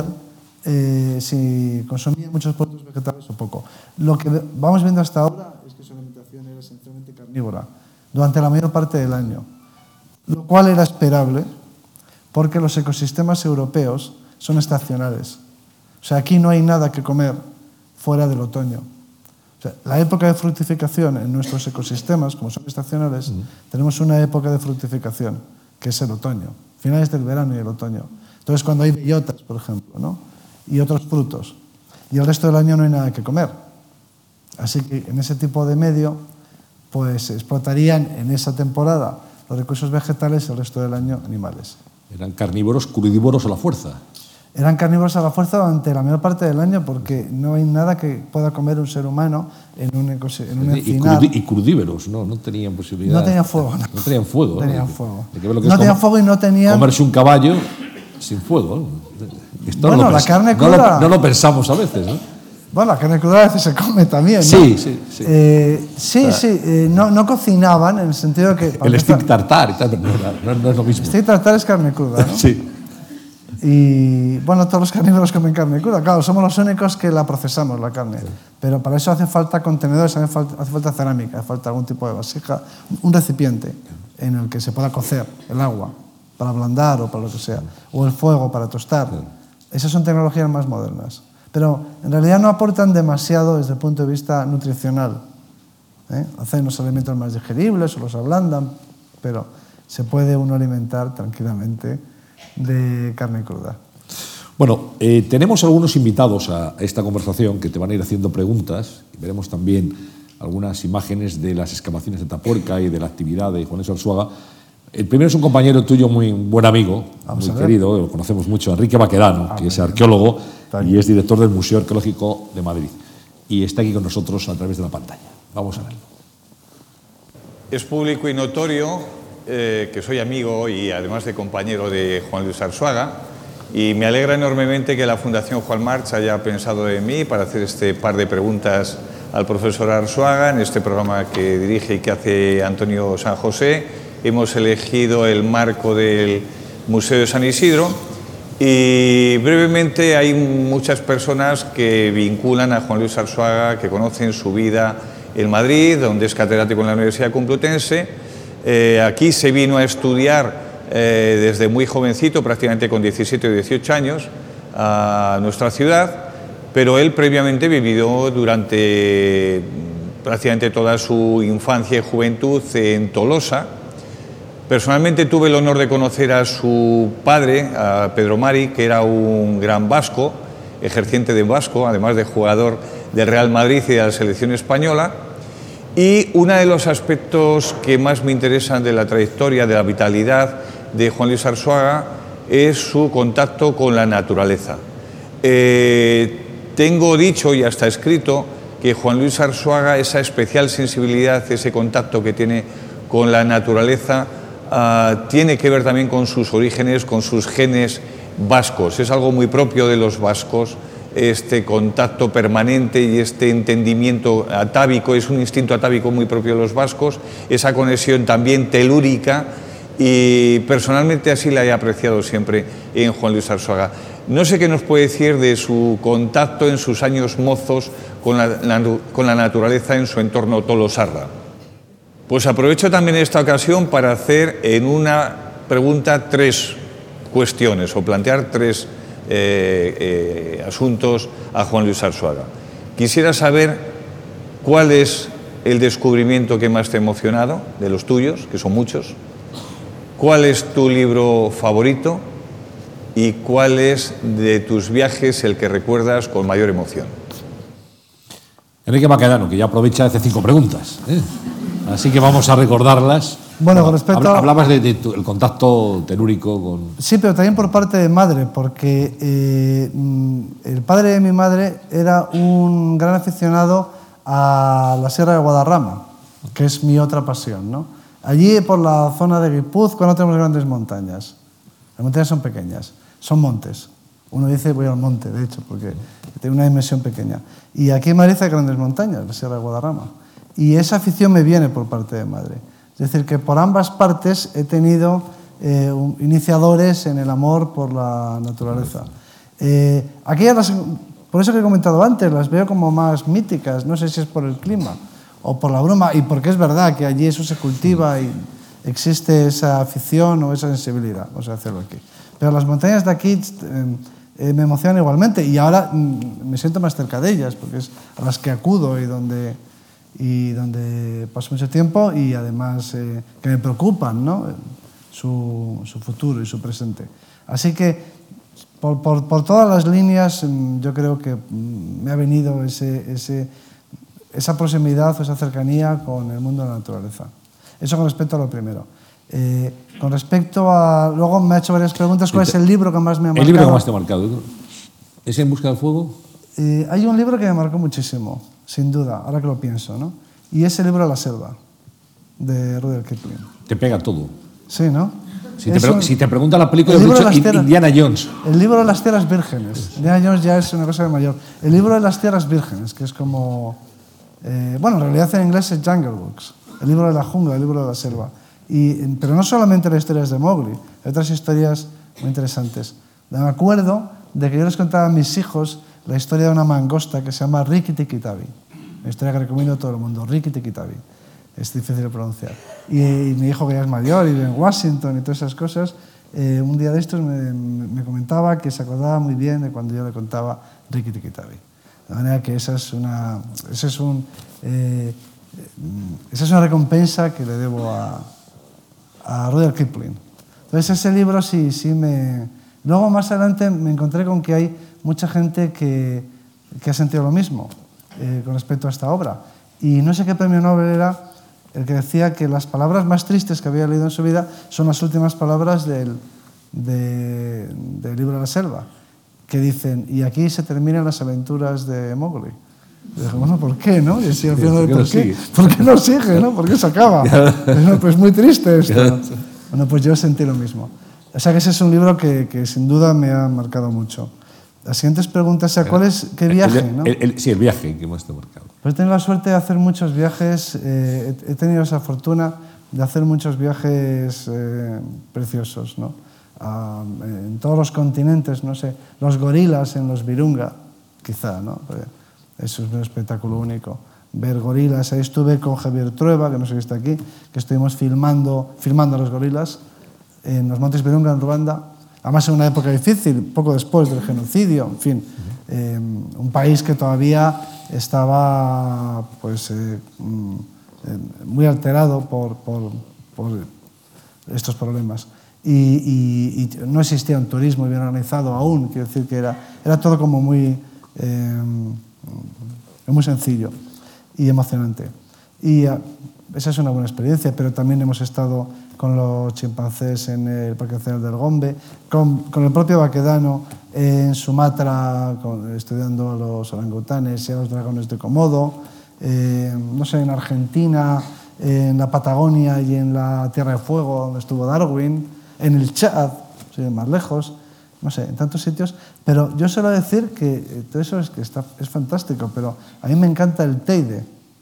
si consumían muchos productos vegetales o poco. Lo que vamos viendo hasta ahora es que su alimentación era esencialmente carnívora durante la mayor parte del año, lo cual era esperable porque los ecosistemas europeos son estacionales. O sea, aquí no hay nada que comer fuera del otoño. O sea, la época de fructificación en nuestros ecosistemas, como son estacionales, tenemos una época de fructificación, que es el otoño. finales del verano y el otoño. Entonces, cuando hay bellotas, por ejemplo, ¿no? Y otros frutos. Y el resto del año no hay nada que comer. Así que en ese tipo de medio, pues explotarían en esa temporada los recursos vegetales y el resto del año animales. Eran carnívoros, crudívoros a la fuerza. Eran carnívoros a la fuerza durante la mayor parte del año porque no hay nada que pueda comer un ser humano en un encinar. Y crudíveros, ¿no? No tenían posibilidad. No tenían fuego. No tenían fuego. No tenían fuego. No tenían fuego y no tenían... Comerse un caballo sin fuego. Esto bueno, la carne cruda... No lo pensamos a veces, ¿no? Bueno, la carne cruda a veces se come también, ¿no? Sí. No cocinaban en el sentido que... El steak tartar y tal, no es lo mismo. Steak tartar es carne cruda, ¿no? Sí. Y bueno, todos los carnívoros comen carne cruda. Claro, somos los únicos que la procesamos, la carne. Sí. Pero para eso hace falta contenedores, hace falta cerámica, hace falta algún tipo de vasija, un recipiente en el que se pueda cocer el agua para ablandar o para lo que sea, o el fuego para tostar. Sí. Esas son tecnologías más modernas. Pero en realidad no aportan demasiado desde el punto de vista nutricional. Hacen los alimentos más digeribles o los ablandan, pero se puede uno alimentar tranquilamente de carne cruda. Bueno, tenemos algunos invitados a esta conversación que te van a ir haciendo preguntas. Veremos también algunas imágenes de las excavaciones de Tapuerca y de la actividad de Juan Luis Arzuaga. El primero es un compañero tuyo, muy buen amigo, muy querido, lo conocemos mucho, Enrique Baquedano, que es arqueólogo y es director del Museo Arqueológico de Madrid. Y está aquí con nosotros a través de la pantalla. Vamos a verlo. Es público y notorio que soy amigo y además de compañero de Juan Luis Arzuaga, y me alegra enormemente que la Fundación Juan March haya pensado en mí para hacer este par de preguntas al profesor Arzuaga en este programa que dirige y que hace Antonio San José. Hemos elegido el marco del Museo de San Isidro y brevemente hay muchas personas que vinculan a Juan Luis Arzuaga, que conocen su vida en Madrid, donde es catedrático en la Universidad Complutense. Aquí se vino a estudiar desde muy jovencito, prácticamente con 17 o 18 años, a nuestra ciudad, pero él previamente vivió durante prácticamente toda su infancia y juventud en Tolosa. Personalmente tuve el honor de conocer a su padre, a Pedro Mari, que era un gran vasco, ejerciente de vasco, además de jugador del Real Madrid y de la selección española. Y uno de los aspectos que más me interesan de la trayectoria, de la vitalidad de Juan Luis Arzuaga, es su contacto con la naturaleza. Tengo dicho y hasta escrito que Juan Luis Arzuaga, esa especial sensibilidad, ese contacto que tiene con la naturaleza, tiene que ver también con sus orígenes, con sus genes vascos. Es algo muy propio de los vascos, este contacto permanente y este entendimiento atávico, es un instinto atávico muy propio de los vascos, esa conexión también telúrica, y personalmente así la he apreciado siempre en Juan Luis Arzuaga. No sé qué nos puede decir de su contacto en sus años mozos con la naturaleza en su entorno tolosarra. Pues aprovecho también esta ocasión para hacer en una pregunta 3 cuestiones o plantear 3 asuntos a Juan Luis Arzuaga. Quisiera saber cuál es el descubrimiento que más te ha emocionado, de los tuyos, que son muchos, cuál es tu libro favorito y cuál es de tus viajes el que recuerdas con mayor emoción. Enrique Baquedano, que ya aprovecha hace 5 preguntas, así que vamos a recordarlas. Bueno, con respecto hablabas del contacto telúrico con... Sí, pero también por parte de madre, porque el padre de mi madre era un gran aficionado a la Sierra de Guadarrama, que es mi otra pasión, ¿no? Allí, por la zona de Guipúzcoa, no tenemos grandes montañas. Las montañas son pequeñas, son montes. Uno dice, voy al monte, de hecho, porque tiene una dimensión pequeña. Y aquí en Madrid hay grandes montañas, la Sierra de Guadarrama. Y esa afición me viene por parte de madre. Es decir, que por ambas partes he tenido iniciadores en el amor por la naturaleza. Aquellas, por eso que he comentado antes, las veo como más míticas, no sé si es por el clima o por la bruma, y porque es verdad que allí eso se cultiva y existe esa afición o esa sensibilidad, vamos a hacerlo aquí. Pero las montañas de aquí me emocionan igualmente, y ahora me siento más cerca de ellas, porque es a las que acudo y donde paso mucho tiempo, y además que me preocupan, ¿no? su futuro y su presente. Así que por todas las líneas yo creo que me ha venido esa proximidad o esa cercanía con el mundo de la naturaleza. Eso con respecto a lo primero. Con respecto a... Luego me ha hecho varias preguntas. ¿Cuál es el libro que más me ha marcado? El libro que más te ha marcado. ¿Es En busca del fuego? Hay un libro que me marcó muchísimo, sin duda, ahora que lo pienso, ¿no? Y es el libro La selva, de Rudyard Kipling. Te pega todo. Sí, ¿no? Si te pregunta la película, has dicho Indiana Jones. El libro de las tierras vírgenes. Indiana Jones ya es una cosa de mayor. El libro de las tierras vírgenes, que es como... bueno, en realidad en inglés es Jungle Books. El libro de la jungla, el libro de la selva. Pero no solamente las historias de Mowgli, hay otras historias muy interesantes. Me acuerdo de que yo les contaba a mis hijos la historia de una mangosta que se llama Rikki-Tikki-Tavi. Una historia que recomiendo a todo el mundo, Rikki-Tikki-Tavi. Es difícil de pronunciar. Y mi hijo, que ya es mayor y vive en Washington y todas esas cosas, un día de estos me comentaba que se acordaba muy bien de cuando yo le contaba Rikki-Tikki-Tavi. De manera que esa es una recompensa que le debo a Rudyard Kipling. Entonces ese libro sí me... Luego más adelante me encontré con que hay mucha gente que ha sentido lo mismo con respecto a esta obra. Y no sé qué premio Nobel era el que decía que las palabras más tristes que había leído en su vida son las últimas palabras del libro de la selva, que dicen, y aquí se terminan las aventuras de Mowgli. Y dije, bueno, ¿por qué, no? Y así al final, ¿por qué no sigue, no? ¿Por qué se acaba? Pues muy triste esto. Bueno, pues yo sentí lo mismo. O sea que ese es un libro que sin duda me ha marcado mucho. Las siguientes preguntas, ¿qué viaje? ¿No? Sí, el viaje que más te ha marcado. Pues he tenido la suerte de hacer muchos viajes, he tenido esa fortuna de hacer muchos viajes preciosos, ¿no? En todos los continentes, no sé, los gorilas en los Virunga, quizá, ¿no? Eso es un espectáculo único. Ver gorilas, ahí estuve con Javier Trueba, que no sé si está aquí, que estuvimos filmando a los gorilas en los Montes Virunga, en Ruanda, además en una época difícil, poco después del genocidio, en fin, un país que todavía estaba pues, muy alterado por estos problemas. Y no existía un turismo bien organizado aún, quiero decir que era todo como muy sencillo y emocionante. Y esa es una buena experiencia, pero también hemos estado con los chimpancés en el Parque Nacional del Gombe, con el propio Baquedano en Sumatra, estudiando a los orangutanes y a los dragones de Komodo, no sé, en Argentina, en la Patagonia y en la Tierra de Fuego, donde estuvo Darwin, en el Chad, más lejos, no sé, en tantos sitios. Pero yo suelo decir que todo eso es fantástico, pero a mí me encanta el Teide.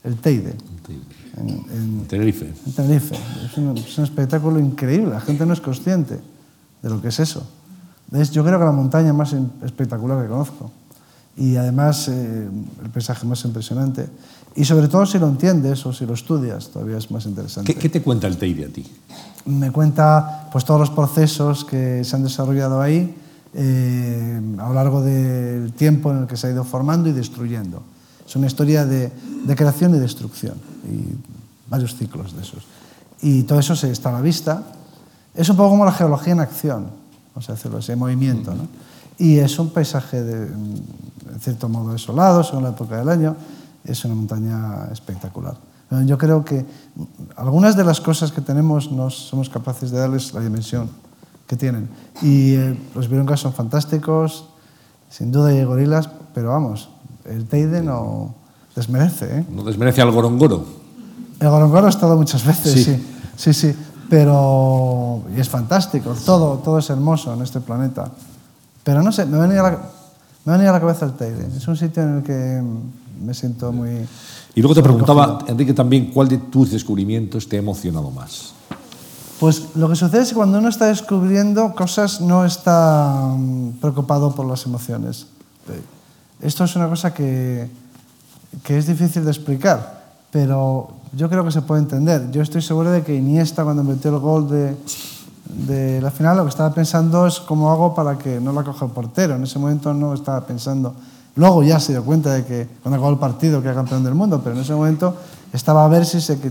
En Tenerife. En Tenerife. Es un espectáculo increíble. La gente no es consciente de lo que es eso. Yo creo que la montaña más espectacular que conozco. Y además el paisaje más impresionante. Y sobre todo si lo entiendes o si lo estudias, todavía es más interesante. ¿Qué te cuenta el Teide a ti? Me cuenta pues, todos los procesos que se han desarrollado ahí a lo largo del tiempo en el que se ha ido formando y destruyendo. Es una historia de creación y destrucción, y varios ciclos de esos. Y todo eso está a la vista. Es un poco como la geología en acción, vamos a decirlo así, en movimiento, ¿no? Y es un paisaje, en cierto modo, desolado, según la época del año. Es una montaña espectacular. Yo creo que algunas de las cosas que tenemos no somos capaces de darles la dimensión que tienen. Y los virungas son fantásticos, sin duda hay gorilas, pero vamos, el Teide no desmerece, ¿eh? ¿No desmerece al Gorongoro? El Gorongoro ha estado muchas veces, sí. Pero y es fantástico, todo es hermoso en este planeta. Pero no sé, me venía a la cabeza el Teide. Es un sitio en el que me siento muy... Y luego te preguntaba, Enrique, también, ¿cuál de tus descubrimientos te ha emocionado más? Pues lo que sucede es que cuando uno está descubriendo cosas no está preocupado por las emociones. Esto es una cosa que es difícil de explicar, pero yo creo que se puede entender. Yo estoy seguro de que Iniesta, cuando metió el gol de la final, lo que estaba pensando es cómo hago para que no la coja el portero. En ese momento no estaba pensando. Luego ya se dio cuenta de que cuando acabó el partido que era campeón del mundo, pero en ese momento estaba a ver si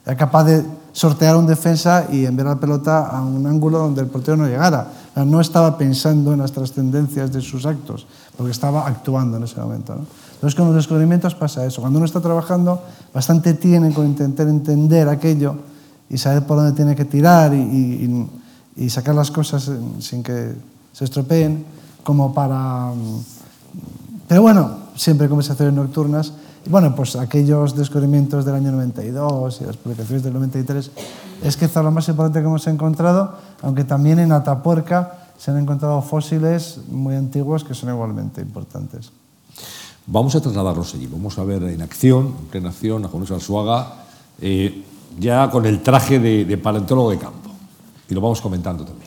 Era capaz de sortear a un defensa y enviar la pelota a un ángulo donde el portero no llegara. No estaba pensando en las trascendencias de sus actos, porque estaba actuando en ese momento, ¿no? Entonces, con los descubrimientos pasa eso. Cuando uno está trabajando, bastante tiene con intentar entender aquello y saber por dónde tiene que tirar y sacar las cosas sin que se estropeen, como para... Pero bueno, siempre conversaciones nocturnas. Y bueno, pues aquellos descubrimientos del año 92 y las publicaciones del 93 es quizá lo más importante que hemos encontrado, aunque también en Atapuerca se han encontrado fósiles muy antiguos que son igualmente importantes. Vamos a trasladarnos allí, vamos a ver en acción, en plena acción, a Juan Luis Arzuaga, ya con el traje de paleontólogo de campo. Y lo vamos comentando también.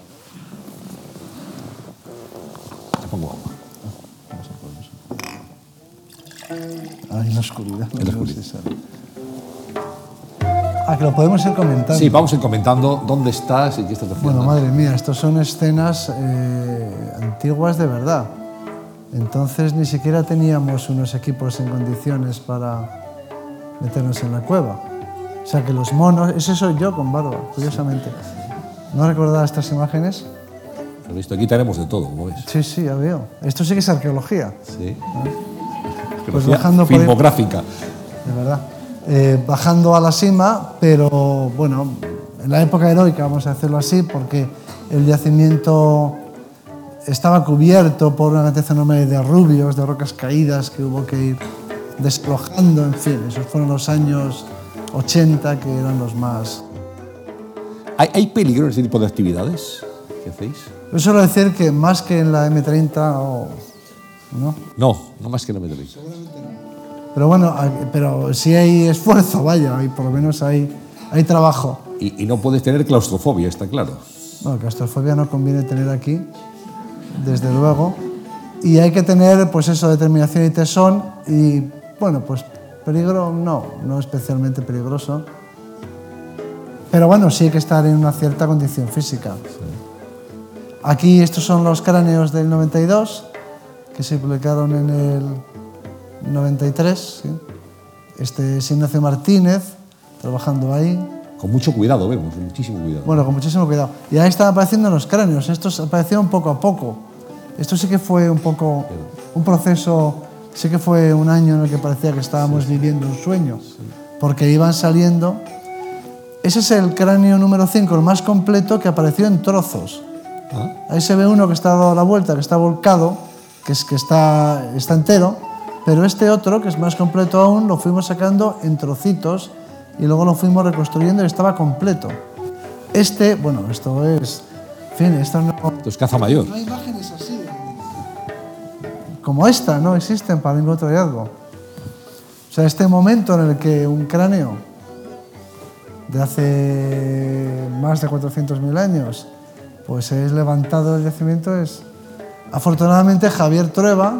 Te pongo agua. Hay una oscuridad. En la oscuridad. Que lo podemos ir comentando. Sí, vamos a ir comentando dónde estás y qué estás haciendo. Bueno, madre mía, estos son escenas antiguas de verdad. Entonces ni siquiera teníamos unos equipos en condiciones para meternos en la cueva. O sea que los monos, ese soy yo con barba, curiosamente. ¿No recordaba estas imágenes? Lo he visto, aquí tenemos de todo, como ves. Sí, sí, ya veo. Esto sí que es arqueología. Sí. Pues bajando por filmográfica. De verdad. Bajando a la cima, pero bueno, en la época heroica, vamos a decirlo así, porque el yacimiento estaba cubierto por una cantidad enorme de arrubios, de rocas caídas que hubo que ir desalojando, en fin, esos fueron los años 80 que eran los más... ¿Hay peligro en este tipo de actividades que hacéis? Yo suelo decir que más que en la M30 ¿no? No más que en la M30. Pero bueno, pero sí hay esfuerzo, vaya, y por lo menos hay trabajo. Y no puedes tener claustrofobia, está claro. Bueno, claustrofobia no conviene tener aquí, desde luego. Y hay que tener, pues eso, determinación y tesón. Y, bueno, pues peligro no especialmente peligroso. Pero bueno, sí hay que estar en una cierta condición física. Sí. Aquí estos son los cráneos del 92, que se publicaron en el 93. ¿Sí? Este es Ignacio Martínez, trabajando ahí. Con mucho cuidado, vemos, muchísimo cuidado. Bueno, con muchísimo cuidado. Y ahí están apareciendo los cráneos. Estos aparecieron poco a poco. Esto sí que fue un poco un proceso, sí que fue un año en el que parecía que estábamos viviendo un sueño, porque iban saliendo. Ese es el cráneo número 5, el más completo, que apareció en trozos. Ahí se ve uno que está dado la vuelta, que está volcado, que está entero, pero este otro, que es más completo aún, lo fuimos sacando en trocitos y luego lo fuimos reconstruyendo y estaba completo. Bueno, esto es... En fin, esto no... Esto es caza mayor. No hay imágenes así. Como esta, no existen para ningún otro hallazgo. O sea, este momento en el que un cráneo de hace más de 400.000 años pues es levantado del yacimiento es... Afortunadamente, Javier Trueba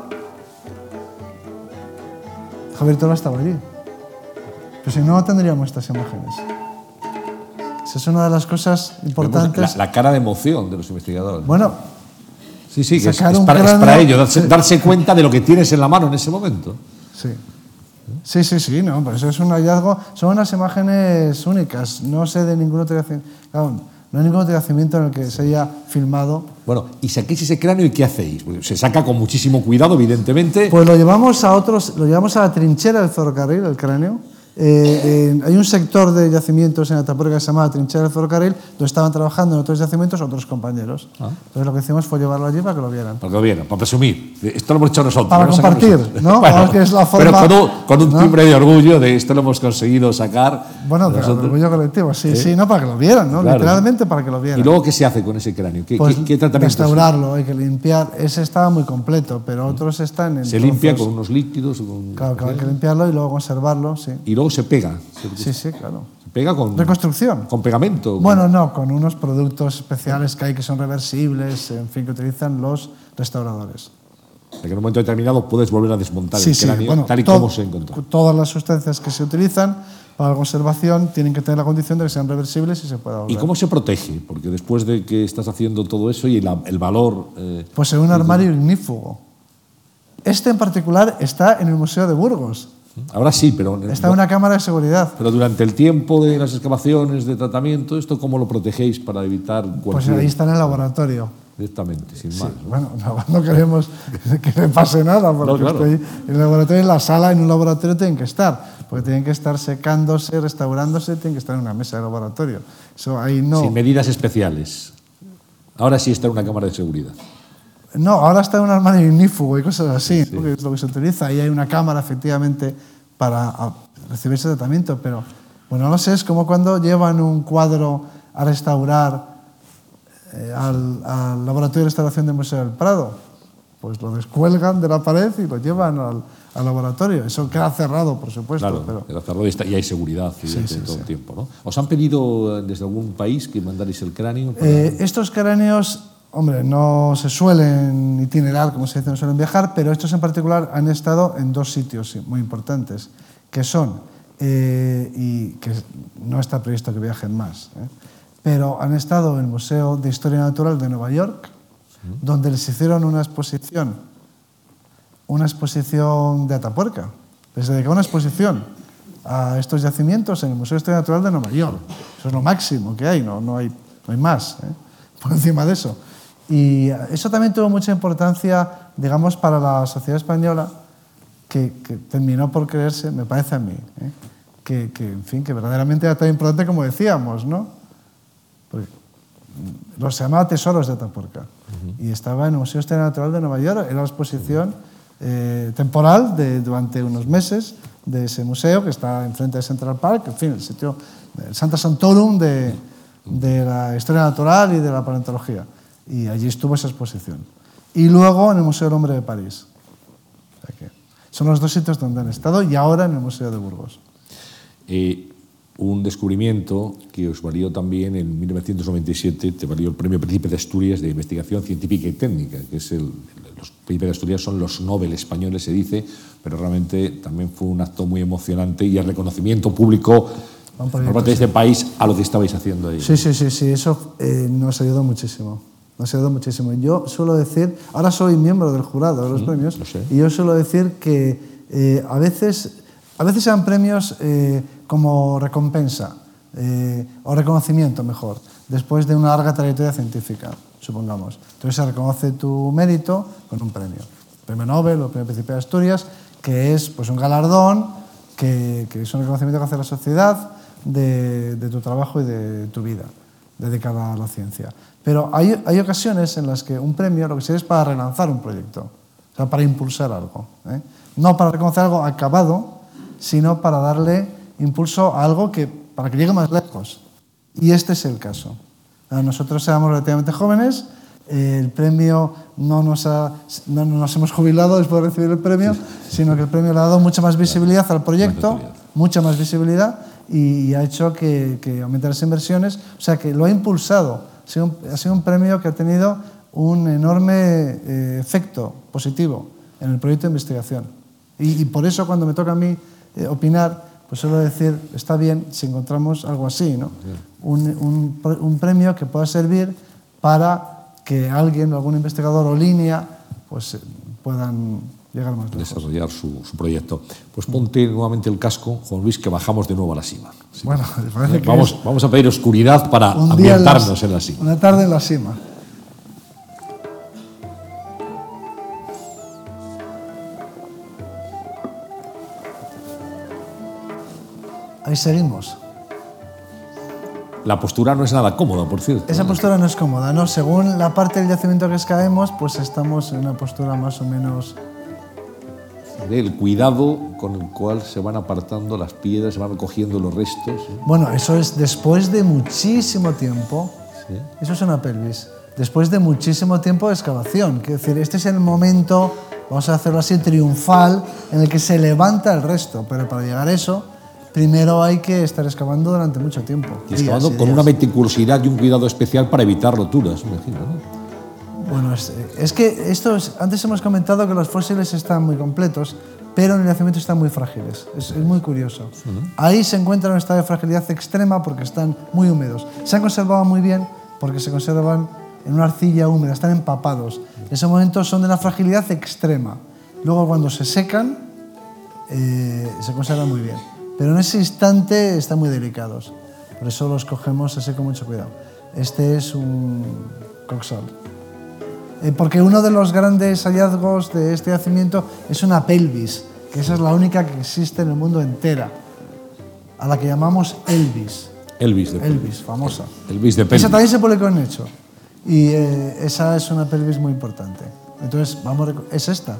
estaba allí. Pero si no, tendríamos estas imágenes. Esa es una de las cosas importantes. La cara de emoción de los investigadores. Bueno, sí, que es para ello, darse cuenta de lo que tienes en la mano en ese momento. Sí, no, pero eso es un hallazgo. Son unas imágenes únicas. No sé de ningún otro yacimiento. Claro, no hay ningún otro yacimiento en el que se haya filmado. Bueno, ¿y saquéis ese cráneo y qué hacéis? Se saca con muchísimo cuidado, evidentemente. Pues lo llevamos a la trinchera del ferrocarril, el cráneo. Hay un sector de yacimientos en Atapuerca que se llama Trinchera del Ferrocarril, donde estaban trabajando en otros yacimientos otros compañeros. Entonces lo que hicimos fue llevarlo allí para que lo vieran. Para que lo vieran, para presumir. Esto lo hemos hecho nosotros. Para compartir, ¿no? Bueno, que es la forma, pero con un timbre de orgullo de esto lo hemos conseguido sacar. Bueno, de orgullo colectivo, sí, no, para que lo vieran, ¿no? Claro. Literalmente para que lo vieran. ¿Y luego qué se hace con ese cráneo? ¿Qué tratamiento? Restaurarlo, hay que limpiar. Ese estaba muy completo, pero otros están en... ¿Se limpia con unos líquidos? Claro, hay que limpiarlo y luego conservarlo, sí. Y luego se pega. Sí, claro. ¿Se pega con...? Reconstrucción. ¿Con pegamento? Bueno, no, con unos productos especiales que hay que son reversibles, en fin, que utilizan los restauradores. De que en un momento determinado puedes volver a desmontar el cráneo, bueno, tal y como se encontró. Todas las sustancias que se utilizan para la conservación tienen que tener la condición de que sean reversibles y se pueda volver. ¿Y cómo se protege? Porque después de que estás haciendo todo eso y el valor... pues en un armario ignífugo. Este en particular está en el Museo de Burgos. Ahora sí, pero... Está en una cámara de seguridad. Pero durante el tiempo de las excavaciones, de tratamiento, ¿esto cómo lo protegéis para evitar cualquier...? Pues ahí está en el laboratorio. Directamente, sin más. ¿no? Bueno, no queremos que le pase nada, porque No, claro. estoy en el laboratorio, en la sala, en un laboratorio tienen que estar, porque tienen que estar secándose, restaurándose, tienen que estar en una mesa de laboratorio. Eso ahí no. Sin medidas especiales. Ahora sí está en una cámara de seguridad. No, ahora está en un armario ignífugo y cosas así, porque es lo que se utiliza. Ahí hay una cámara, efectivamente, para recibir ese tratamiento, pero bueno, no lo sé, es como cuando llevan un cuadro a restaurar al laboratorio de restauración del Museo del Prado. Pues lo descuelgan de la pared y lo llevan al laboratorio. Eso queda cerrado, por supuesto. Claro, pero... queda cerrado y hay seguridad todo el tiempo, ¿no? ¿Os han pedido desde algún país que mandaréis el cráneo? Estos cráneos, hombre, no se suelen itinerar, como se dice, no suelen viajar, pero estos en particular han estado en 2 sitios muy importantes, que son, y que no está previsto que viajen más, pero han estado en el Museo de Historia Natural de Nueva York, donde les hicieron una exposición de Atapuerca. Les dedicaron una exposición a estos yacimientos en el Museo de Historia Natural de Nueva York. Eso es lo máximo que hay, no hay más por encima de eso. Y eso también tuvo mucha importancia, digamos, para la sociedad española, que terminó por creerse, me parece a mí, que verdaderamente era tan importante como decíamos, ¿no? Porque se llamaba Tesoros de Atapuerca y estaba en el Museo de Historia Natural de Nueva York. Era la exposición temporal durante unos meses de ese museo que está enfrente de Central Park, en fin, el sitio, el Sancta Sanctorum de la historia natural y de la paleontología. Y allí estuvo esa exposición. Y luego en el Museo del Hombre de París. O sea que son los 2 sitios donde han estado y ahora en el Museo de Burgos. Un descubrimiento que os valió también en 1997, te valió el Premio Príncipe de Asturias de Investigación Científica y Técnica, que es los Príncipes de Asturias son los Nobel españoles, se dice, pero realmente también fue un acto muy emocionante y el reconocimiento público por parte de este país a lo que estabais haciendo ahí. Sí, eso nos ayudó muchísimo. Yo suelo decir, ahora soy miembro del jurado de los premios, y yo suelo decir que a veces sean premios como recompensa o reconocimiento, mejor, después de una larga trayectoria científica, supongamos. Entonces se reconoce tu mérito con un premio. Premio Nobel o Premio Príncipe de Asturias, que es pues, un galardón, que es un reconocimiento que hace la sociedad de tu trabajo y de tu vida dedicada a la ciencia. Pero hay ocasiones en las que un premio lo que sirve es para relanzar un proyecto, o sea, para impulsar algo. No para reconocer algo acabado, sino para darle impulso a algo para que llegue más lejos. Y este es el caso. Nosotros éramos relativamente jóvenes, el premio no nos hemos jubilado después de recibir el premio, sino que el premio le ha dado mucha más visibilidad al proyecto, mucha más visibilidad, y ha hecho que aumenten las inversiones, o sea que lo ha impulsado. Ha sido un premio que ha tenido un enorme efecto positivo en el proyecto de investigación. Y por eso cuando me toca a mí opinar, pues suelo decir, está bien si encontramos algo así, ¿no? Un premio que pueda servir para que alguien, algún investigador o línea, pues puedan llegar más lejos. Desarrollar su proyecto. Pues ponte nuevamente el casco, Juan Luis, que bajamos de nuevo a la cima. Sí. Bueno, parece que vamos a pedir oscuridad para ambientarnos en la cima. Una tarde en la cima. Ahí seguimos. La postura no es nada cómoda, por cierto. Esa postura no es cómoda, ¿no? Según la parte del yacimiento que excaemos, pues estamos en una postura más o menos... El cuidado con el cual se van apartando las piedras, se van recogiendo los restos. Bueno, eso es después de muchísimo tiempo. ¿Sí? Eso es una pelvis. Después de muchísimo tiempo de excavación. Quiero decir, este es el momento, vamos a hacerlo así, triunfal, en el que se levanta el resto. Pero para llegar a eso, primero hay que estar excavando durante mucho tiempo. Y excavando con una meticulosidad y un cuidado especial para evitar roturas, me imagino, ¿no? Bueno, es que antes hemos comentado que los fósiles están muy completos, pero en el yacimiento están muy frágiles. Es muy curioso. Ahí se encuentran en un estado de fragilidad extrema porque están muy húmedos. Se han conservado muy bien porque se conservan en una arcilla húmeda, están empapados. En ese momento son de una fragilidad extrema. Luego, cuando se secan, se conservan muy bien. Pero en ese instante están muy delicados. Por eso los cogemos así con mucho cuidado. Este es un coxal. Porque uno de los grandes hallazgos de este yacimiento es una pelvis, que esa es la única que existe en el mundo entera, a la que llamamos Elvis. Elvis, famosa. Elvis de pelvis. Esa también se publicó en Hecho. Y esa es una pelvis muy importante. Entonces, es esta.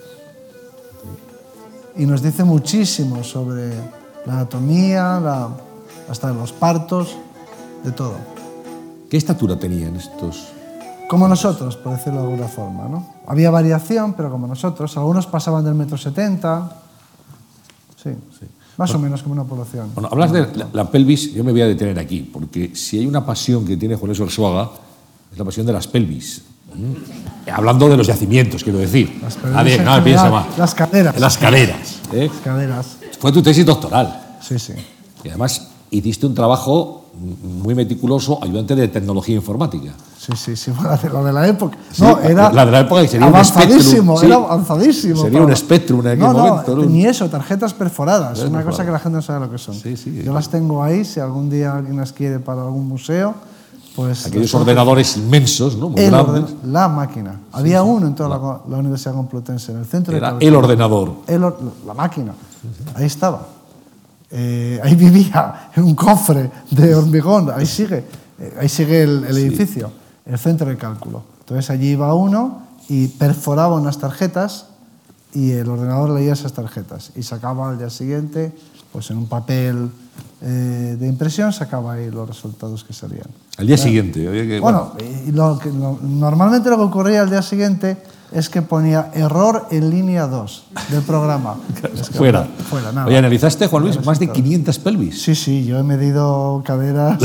Y nos dice muchísimo sobre la anatomía, hasta los partos, de todo. ¿Qué estatura tenían estos? Como nosotros, por decirlo de alguna forma, ¿no? Había variación, pero como nosotros. Algunos pasaban del 1,70 m. Sí. Más o menos como una población. Bueno, hablas de la pelvis, yo me voy a detener aquí, porque si hay una pasión que tiene Juan Luis Arzuaga, es la pasión de las pelvis. Hablando de los yacimientos, quiero decir. Nadie piensa más. Las caderas. Las caderas. Las caderas. Fue tu tesis doctoral. Sí, sí. Y además hiciste un trabajo muy meticuloso, ayudante de tecnología informática. Sí, lo de la época. Sí, no, era la de la época que sería avanzadísimo, un Spectrum. era avanzadísimo. Sería un Spectrum en aquel momento. No, ni eso, tarjetas perforadas. Es una cosa que la gente no sabe lo que son. Sí, Yo las tengo ahí, si algún día alguien las quiere para algún museo, pues... Aquellos ordenadores inmensos, ¿no? Muy grandes. La máquina. Había uno en toda la Universidad Complutense, en el centro de Era el ordenador. La máquina. Ahí estaba. Ahí vivía en un cofre de hormigón. Ahí sigue el edificio, el centro de cálculo. Entonces allí iba uno y perforaba unas tarjetas y el ordenador leía esas tarjetas y sacaba al día siguiente, pues en un papel de impresión, sacaba ahí los resultados que salían. Al día siguiente. Normalmente lo que ocurría al día siguiente es que ponía error en línea 2 del programa. Fuera, nada. Oye, ¿analizaste, Juan Luis, más de 500 pelvis? Sí, yo he medido caderas.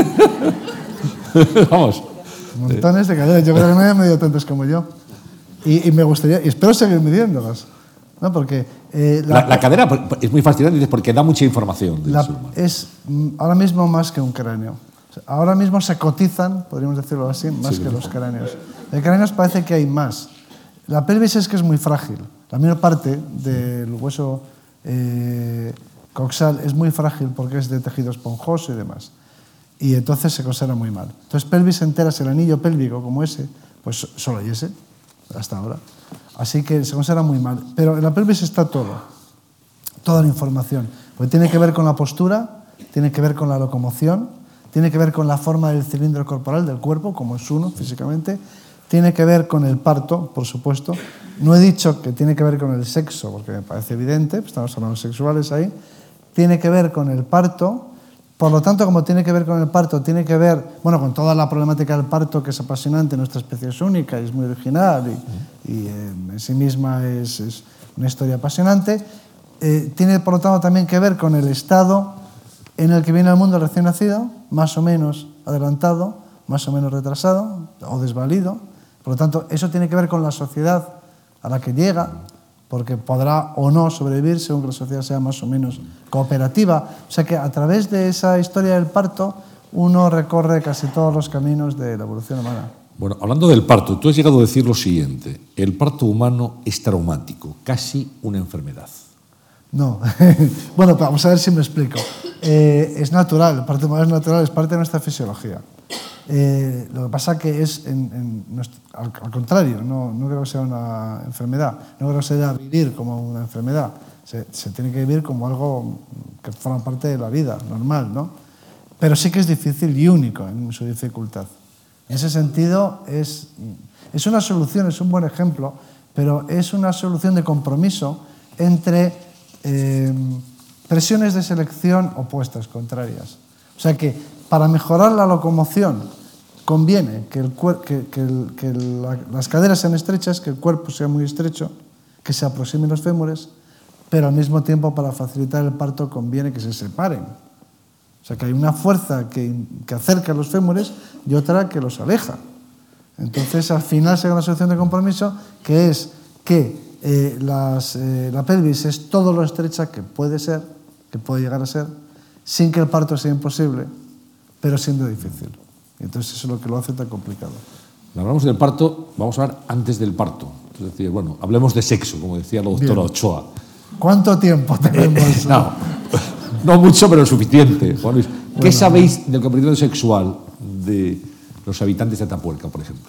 Vamos. Montones de caderas. Yo creo que no he medido tantas como yo. Y me gustaría, y espero seguir midiéndolas. ¿No? Porque la cadera es muy fascinante porque da mucha información. Es ahora mismo más que un cráneo. Ahora mismo se cotizan, podríamos decirlo así, más que los cráneos. De cráneos parece que hay más. La pelvis es que es muy frágil. La mayor parte del hueso coxal es muy frágil porque es de tejido esponjoso y demás. Y entonces se conserva muy mal. Entonces, pelvis enteras, el anillo pélvico como ese, pues solo hay ese, hasta ahora. Así que se conserva muy mal. Pero en la pelvis está todo, toda la información. Porque tiene que ver con la postura, tiene que ver con la locomoción, tiene que ver con la forma del cilindro corporal del cuerpo, como es uno físicamente, tiene que ver con el parto, por supuesto. No he dicho que tiene que ver con el sexo, porque me parece evidente, estamos hablando de sexuales ahí. Tiene que ver con el parto. Por lo tanto, como tiene que ver con el parto, tiene que ver, con toda la problemática del parto, que es apasionante, nuestra especie es única y es muy original y en sí misma es una historia apasionante. Tiene, por lo tanto, también que ver con el estado en el que viene al mundo el recién nacido, más o menos adelantado, más o menos retrasado o desvalido. Por lo tanto, eso tiene que ver con la sociedad a la que llega, porque podrá o no sobrevivir según que la sociedad sea más o menos cooperativa. O sea que a través de esa historia del parto uno recorre casi todos los caminos de la evolución humana. Bueno, hablando del parto, tú has llegado a decir lo siguiente: el parto humano es traumático, casi una enfermedad. No. Bueno, vamos a ver si me explico. Es natural, el parto humano es natural, es parte de nuestra fisiología. Lo que pasa que es al contrario, no creo que sea una enfermedad, no creo que se deba vivir como una enfermedad, se tiene que vivir como algo que forma parte de la vida normal, ¿no? Pero sí que es difícil y único en su dificultad. En ese sentido es una solución, es un buen ejemplo, pero es una solución de compromiso entre presiones de selección opuestas, contrarias. O sea que para mejorar la locomoción conviene que las caderas sean estrechas, que el cuerpo sea muy estrecho, que se aproximen los fémures, pero al mismo tiempo para facilitar el parto conviene que se separen. O sea que hay una fuerza que acerca a los fémures y otra que los aleja. Entonces al final se da una solución de compromiso que es que la pelvis es todo lo estrecha que puede ser, que puede llegar a ser, sin que el parto sea imposible, pero siendo difícil. Y entonces eso es lo que lo hace tan complicado. Hablamos del parto, vamos a hablar antes del parto. Es decir, bueno, hablemos de sexo, como decía la doctora Ochoa. ¿Cuánto tiempo tenemos? No mucho, pero suficiente. Juan Luis, ¿qué sabéis del comportamiento sexual de los habitantes de Atapuerca, por ejemplo?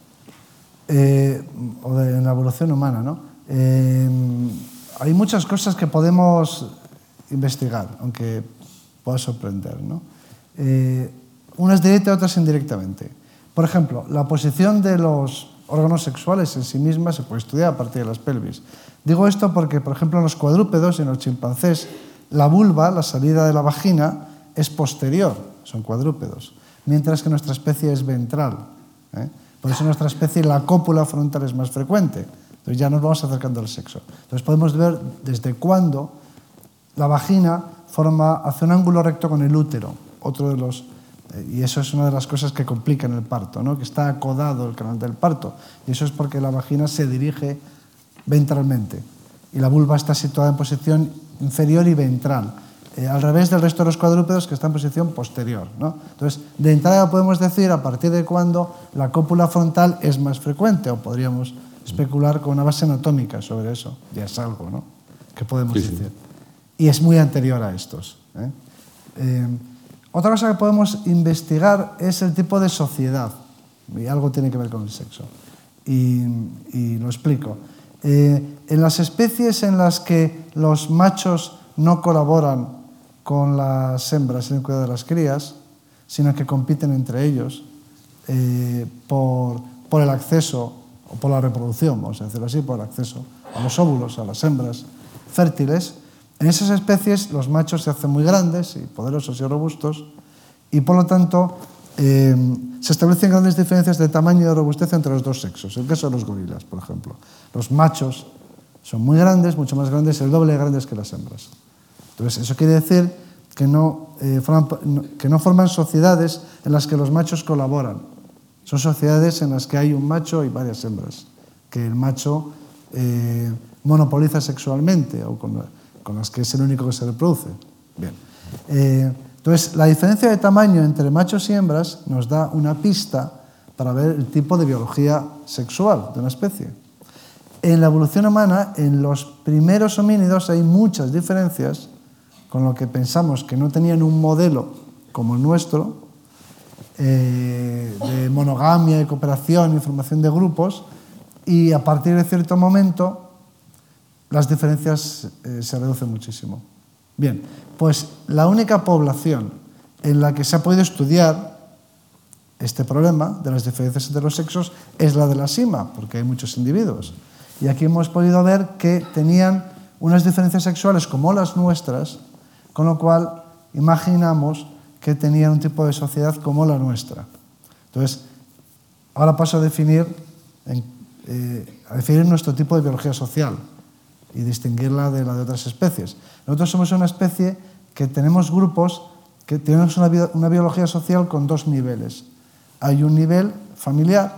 O de la evolución humana, ¿no? Hay muchas cosas que podemos investigar, aunque pueda sorprender, ¿no? Unas directa y otras indirectamente. Por ejemplo, la posición de los órganos sexuales en sí misma se puede estudiar a partir de las pelvis. Digo esto porque, por ejemplo, en los cuadrúpedos y en los chimpancés, la vulva, la salida de la vagina, es posterior, son cuadrúpedos, mientras que nuestra especie es ventral. Por eso en nuestra especie la cópula frontal es más frecuente. Entonces ya nos vamos acercando al sexo. Entonces podemos ver desde cuándo la vagina hace un ángulo recto con el útero, otro de los... Y eso es una de las cosas que complican el parto, ¿no? Que está acodado el canal del parto. Y eso es porque la vagina se dirige ventralmente y la vulva está situada en posición inferior y ventral, al revés del resto de los cuadrúpedos que está en posición posterior, ¿no? Entonces, de entrada podemos decir a partir de cuándo la cópula frontal es más frecuente, o podríamos especular con una base anatómica sobre eso. Ya es algo, ¿no?, que podemos decir. Y es muy anterior a estos. Otra cosa que podemos investigar es el tipo de sociedad, y algo tiene que ver con el sexo. Y lo explico. En las especies en las que los machos no colaboran con las hembras en el cuidado de las crías, sino que compiten entre ellos por el acceso, o por la reproducción, vamos a decirlo así, por el acceso a los óvulos, a las hembras fértiles, en esas especies los machos se hacen muy grandes y poderosos y robustos, y por lo tanto se establecen grandes diferencias de tamaño y de robustez entre los dos sexos. El caso de los gorilas, por ejemplo. Los machos son muy grandes, mucho más grandes, el doble de grandes que las hembras. Entonces, eso quiere decir que no forman sociedades en las que los machos colaboran. Son sociedades en las que hay un macho y varias hembras, que el macho monopoliza sexualmente o con las que es el único que se reproduce. Bien. Entonces, la diferencia de tamaño entre machos y hembras nos da una pista para ver el tipo de biología sexual de una especie. En la evolución humana, en los primeros homínidos hay muchas diferencias, con lo que pensamos que no tenían un modelo como el nuestro, de monogamia y cooperación y formación de grupos, y a partir de cierto momento las diferencias se reducen muchísimo. Bien, pues la única población en la que se ha podido estudiar este problema de las diferencias entre los sexos es la de la sima, porque hay muchos individuos. Y aquí hemos podido ver que tenían unas diferencias sexuales como las nuestras, con lo cual imaginamos que tenían un tipo de sociedad como la nuestra. Entonces, ahora paso a definir nuestro tipo de biología social y distinguirla de la de otras especies. Nosotros somos una especie que tenemos grupos que tenemos una biología social con dos niveles. Hay un nivel familiar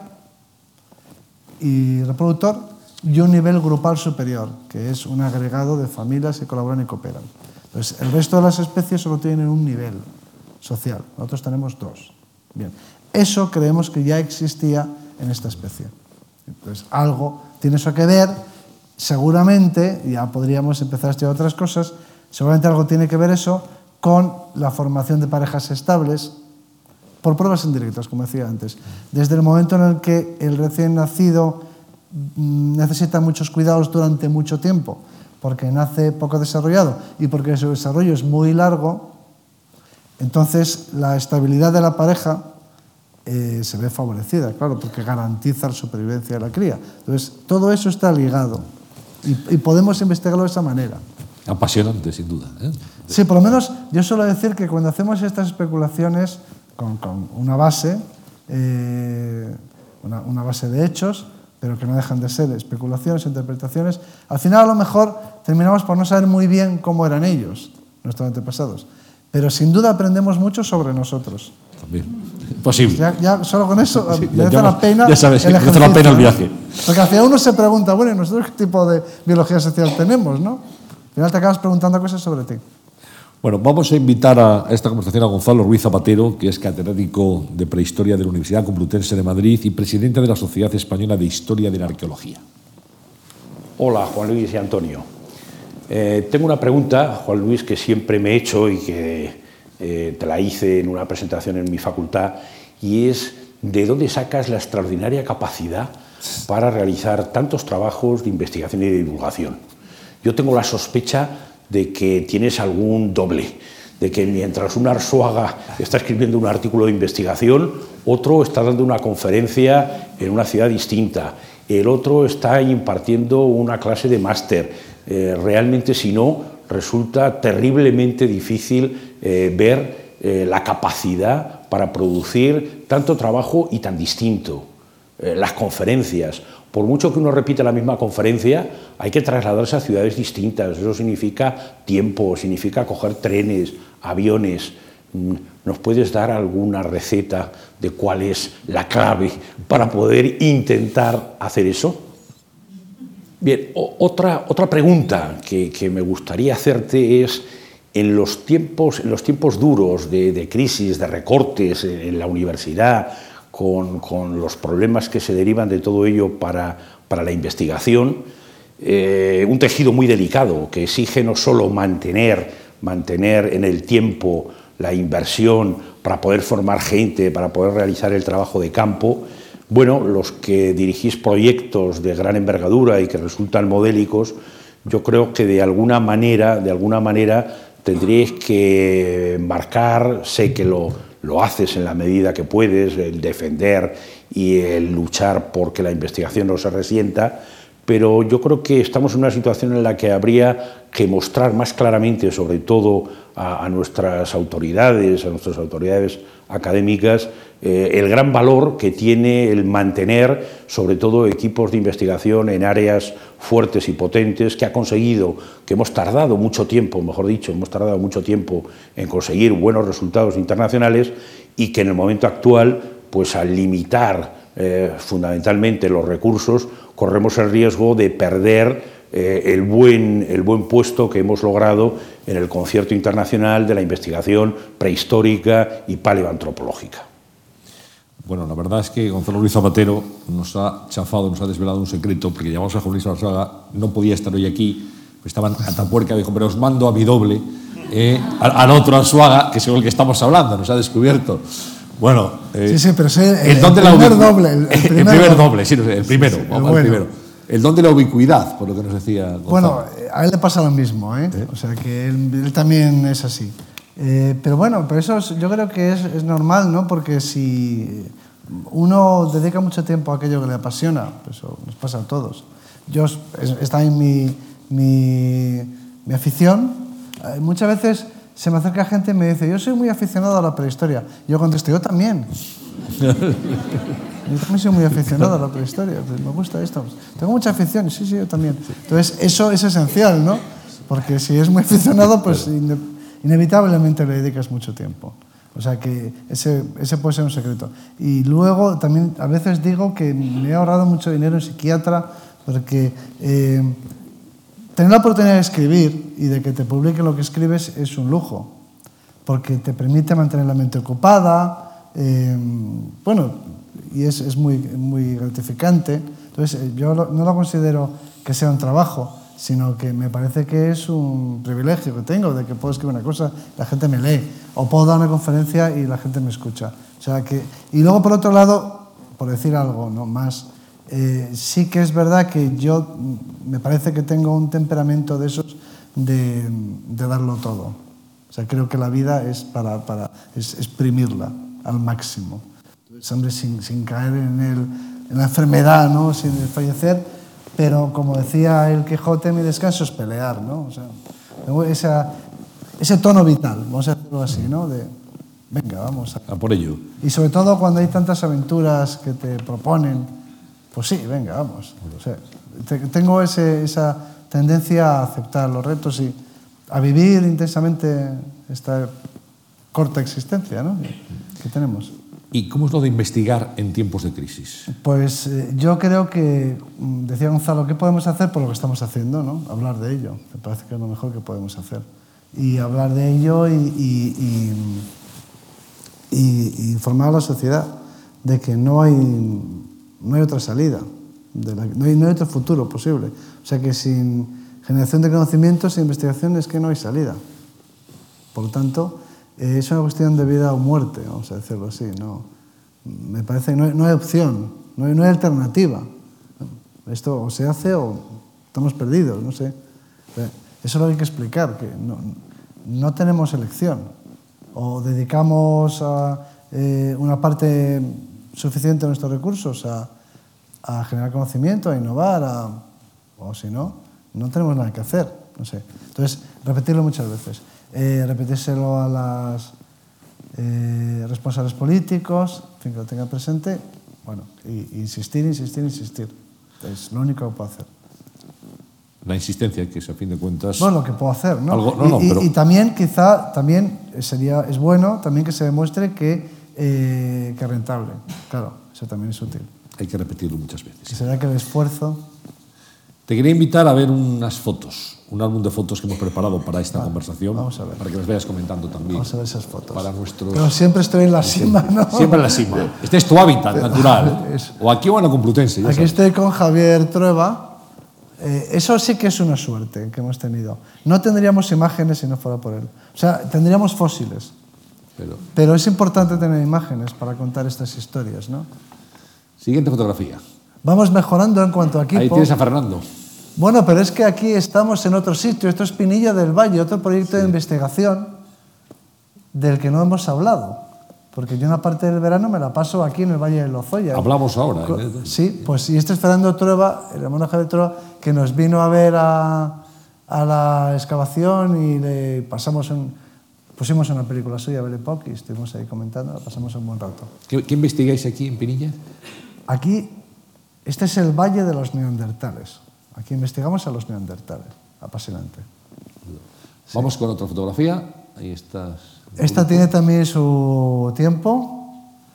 y reproductor y un nivel grupal superior, que es un agregado de familias que colaboran y cooperan. Entonces, el resto de las especies solo tienen un nivel social. Nosotros tenemos dos. Bien. Eso creemos que ya existía en esta especie. Entonces, algo tiene eso que ver. Seguramente, ya podríamos empezar a estudiar otras cosas, seguramente algo tiene que ver eso con la formación de parejas estables por pruebas indirectas, como decía antes. Desde el momento en el que el recién nacido necesita muchos cuidados durante mucho tiempo, porque nace poco desarrollado y porque su desarrollo es muy largo, entonces la estabilidad de la pareja se ve favorecida, claro, porque garantiza la supervivencia de la cría. Entonces, todo eso está ligado y podemos investigarlo de esa manera. Apasionante, sin duda. Sí, por lo menos yo suelo decir que cuando hacemos estas especulaciones con una base, una base de hechos, pero que no dejan de ser especulaciones, interpretaciones, al final a lo mejor terminamos por no saber muy bien cómo eran ellos, nuestros antepasados. Pero sin duda aprendemos mucho sobre nosotros. También. Posible. Ya solo con eso sí, merece la pena. Ya sabes, merece la pena el viaje. Porque al final uno se pregunta, bueno, ¿y nosotros qué tipo de biología social tenemos, no? Al final te acabas preguntando cosas sobre ti. Bueno, vamos a invitar a esta conversación a Gonzalo Ruiz Zapatero, que es catedrático de Prehistoria de la Universidad Complutense de Madrid y presidente de la Sociedad Española de Historia de la Arqueología. Hola, Juan Luis y Antonio. Tengo una pregunta, Juan Luis, que siempre me he hecho y que te la hice en una presentación en mi facultad, y es: ¿de dónde sacas la extraordinaria capacidad para realizar tantos trabajos de investigación y de divulgación? Yo tengo la sospecha de que tienes algún doble, de que mientras un Arzuaga está escribiendo un artículo de investigación, otro está dando una conferencia en una ciudad distinta, el otro está impartiendo una clase de máster. Realmente, si no, resulta terriblemente difícil ver la capacidad para producir tanto trabajo y tan distinto. Las conferencias, por mucho que uno repita la misma conferencia, hay que trasladarse a ciudades distintas. Eso significa tiempo, significa coger trenes, aviones. ¿Nos puedes dar alguna receta de cuál es la clave para poder intentar hacer eso? Bien, otra pregunta que me gustaría hacerte es: en los tiempos duros de crisis, de recortes en la universidad, con los problemas que se derivan de todo ello para la investigación, un tejido muy delicado que exige no solo mantener en el tiempo la inversión para poder formar gente, para poder realizar el trabajo de campo. Bueno, los que dirigís proyectos de gran envergadura y que resultan modélicos, yo creo que de alguna manera tendríais que marcar, sé que lo haces en la medida que puedes, el defender y el luchar porque la investigación no se resienta, pero yo creo que estamos en una situación en la que habría que mostrar más claramente, sobre todo a nuestras autoridades académicas, el gran valor que tiene el mantener, sobre todo, equipos de investigación en áreas fuertes y potentes, que ha conseguido, que hemos tardado mucho tiempo, mejor dicho, en conseguir buenos resultados internacionales, y que en el momento actual, pues al limitar fundamentalmente los recursos, corremos el riesgo de perder el buen puesto que hemos logrado en el concierto internacional de la investigación prehistórica y paleoantropológica. Bueno, la verdad es que Gonzalo Ruiz Zapatero nos ha chafado, nos ha desvelado un secreto, porque llamamos a Juan Luis Arzuaga, no podía estar hoy aquí, estaban a Atapuerca, dijo: pero os mando a mi doble, al otro Arzuaga, que es el que estamos hablando, nos ha descubierto. Bueno, sí, pero el primer doble. El primero. El don de la ubicuidad, por lo que nos decía Gonzalo. Bueno, a él le pasa lo mismo, o sea que él también es así. Pero bueno, pero eso yo creo que es normal, ¿no? Porque si uno dedica mucho tiempo a aquello que le apasiona, pues eso nos pasa a todos. Está en mi afición. Muchas veces se me acerca gente y me dice: yo soy muy aficionado a la prehistoria. Yo contesto: yo también. Yo también soy muy aficionado a la prehistoria, pues me gusta esto. Tengo mucha afición, sí, yo también. Entonces, eso es esencial, ¿no? Porque si es muy aficionado, pues inevitablemente le dedicas mucho tiempo. O sea que ese puede ser un secreto. Y luego también a veces digo que me he ahorrado mucho dinero en psiquiatra, porque tener la oportunidad de escribir y de que te publiquen lo que escribes es un lujo, porque te permite mantener la mente ocupada, y es muy gratificante. Entonces, yo no lo considero que sea un trabajo, sino que me parece que es un privilegio que tengo, de que puedo escribir una cosa, la gente me lee, o puedo dar una conferencia y la gente me escucha. O sea que, y luego, por otro lado, por decir algo, ¿no?, más, sí que es verdad que yo me parece que tengo un temperamento de esos de darlo todo. O sea, creo que la vida es para exprimirla al máximo. Entonces, hombre, sin caer en la enfermedad, ¿no?, sin fallecer, pero como decía el Quijote, mi descanso es pelear, ¿no? O sea, tengo ese tono vital, vamos a decirlo así, ¿no? De, venga, vamos a por ello. Y sobre todo cuando hay tantas aventuras que te proponen, pues sí, venga, vamos. O sea, tengo esa tendencia a aceptar los retos y a vivir intensamente esta corta existencia, ¿no?, que tenemos. ¿Y cómo es lo de investigar en tiempos de crisis? Pues yo creo que, decía Gonzalo, ¿qué podemos hacer por lo que estamos haciendo, ¿no? Hablar de ello, me parece que es lo mejor que podemos hacer. Y hablar de ello y informar a la sociedad de que no hay otra salida, no hay otro futuro posible. O sea que sin generación de conocimientos e investigación es que no hay salida. Por lo tanto, es una cuestión de vida o muerte, vamos a decirlo así. No, me parece que no hay opción, no hay alternativa. Esto o se hace o estamos perdidos, no sé. Eso lo hay que explicar, que no tenemos elección. O dedicamos una parte suficiente de nuestros recursos a generar conocimiento, a innovar, o si no, no tenemos nada que hacer. No sé. Entonces, repetirlo muchas veces. Repetírselo a los responsables políticos, en fin, que lo tengan presente, bueno, y insistir. Es lo único que puedo hacer. La insistencia, que es a fin de cuentas... Bueno, lo que puedo hacer, ¿no? Pero... y también, quizá, es bueno también que se demuestre que es rentable. Claro, eso también es útil. Hay que repetirlo muchas veces. Y será que el esfuerzo... Te quería invitar a ver unas fotos, un álbum de fotos que hemos preparado para esta conversación. Vamos a ver. Para que las vayas comentando también. Vamos a ver esas fotos. Para nuestros... Pero siempre estoy en la cima, ¿no? Siempre en la cima. Este es tu hábitat natural. O aquí o en la Complutense. Aquí estoy con Javier Trueba. Eso sí que es una suerte que hemos tenido. No tendríamos imágenes si no fuera por él. O sea, tendríamos fósiles. Pero es importante tener imágenes para contar estas historias, ¿no? Siguiente fotografía. Vamos mejorando en cuanto a equipo. Ahí tienes a Fernando. Bueno, pero es que aquí estamos en otro sitio. Esto es Pinilla del Valle, otro proyecto de investigación del que no hemos hablado. Porque yo una parte del verano me la paso aquí en el Valle de Lozoya. Hablamos ahora. Sí, pues y este es Fernando Trueba, el hermano Javier Trueba, que nos vino a ver a la excavación y le pusimos una película suya, Belle Époque, y estuvimos ahí comentando, la pasamos un buen rato. ¿Qué investigáis aquí en Pinilla? Aquí, este es el Valle de los Neandertales. Aquí investigamos a los neandertales. Apasionante. Vamos con otra fotografía. Ahí estás. Esta tiene también su tiempo.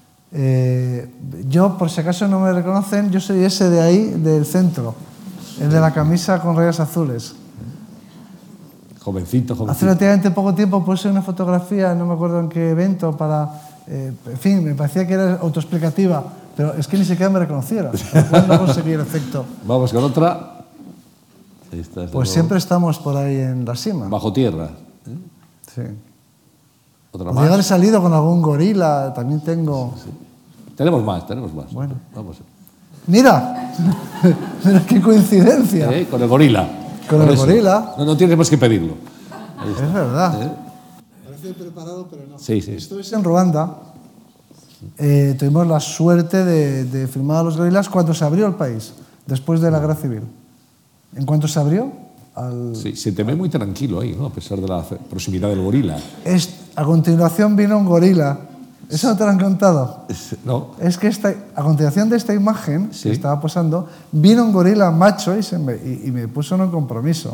Yo, por si acaso no me reconocen, yo soy ese de ahí, del centro. El de la camisa con rayas azules. Jovencito. Hace relativamente poco tiempo puse una fotografía, no me acuerdo en qué evento, en fin, me parecía que era autoexplicativa, pero es que ni siquiera me reconocieron. No conseguí el efecto. Vamos con otra. Pues siempre estamos por ahí en la cima. Bajo tierra. Sí. Otra Podría haber salido con algún gorila, también tengo... Sí. Tenemos más. Bueno. Vamos. Mira, mira qué coincidencia. Con el gorila. Con el gorila. No tenemos que pedirlo. Es verdad. Parece preparado, pero no. Sí. Esto es en Ruanda. Tuvimos la suerte de filmar a los gorilas cuando se abrió el país, después de la guerra civil. En cuanto se abrió... Sí, se te ve muy tranquilo ahí, ¿no? A pesar de la proximidad del gorila. A continuación vino un gorila. ¿Eso no te lo han contado? No. Es que a continuación de esta imagen que estaba posando, vino un gorila macho y me puso en un compromiso.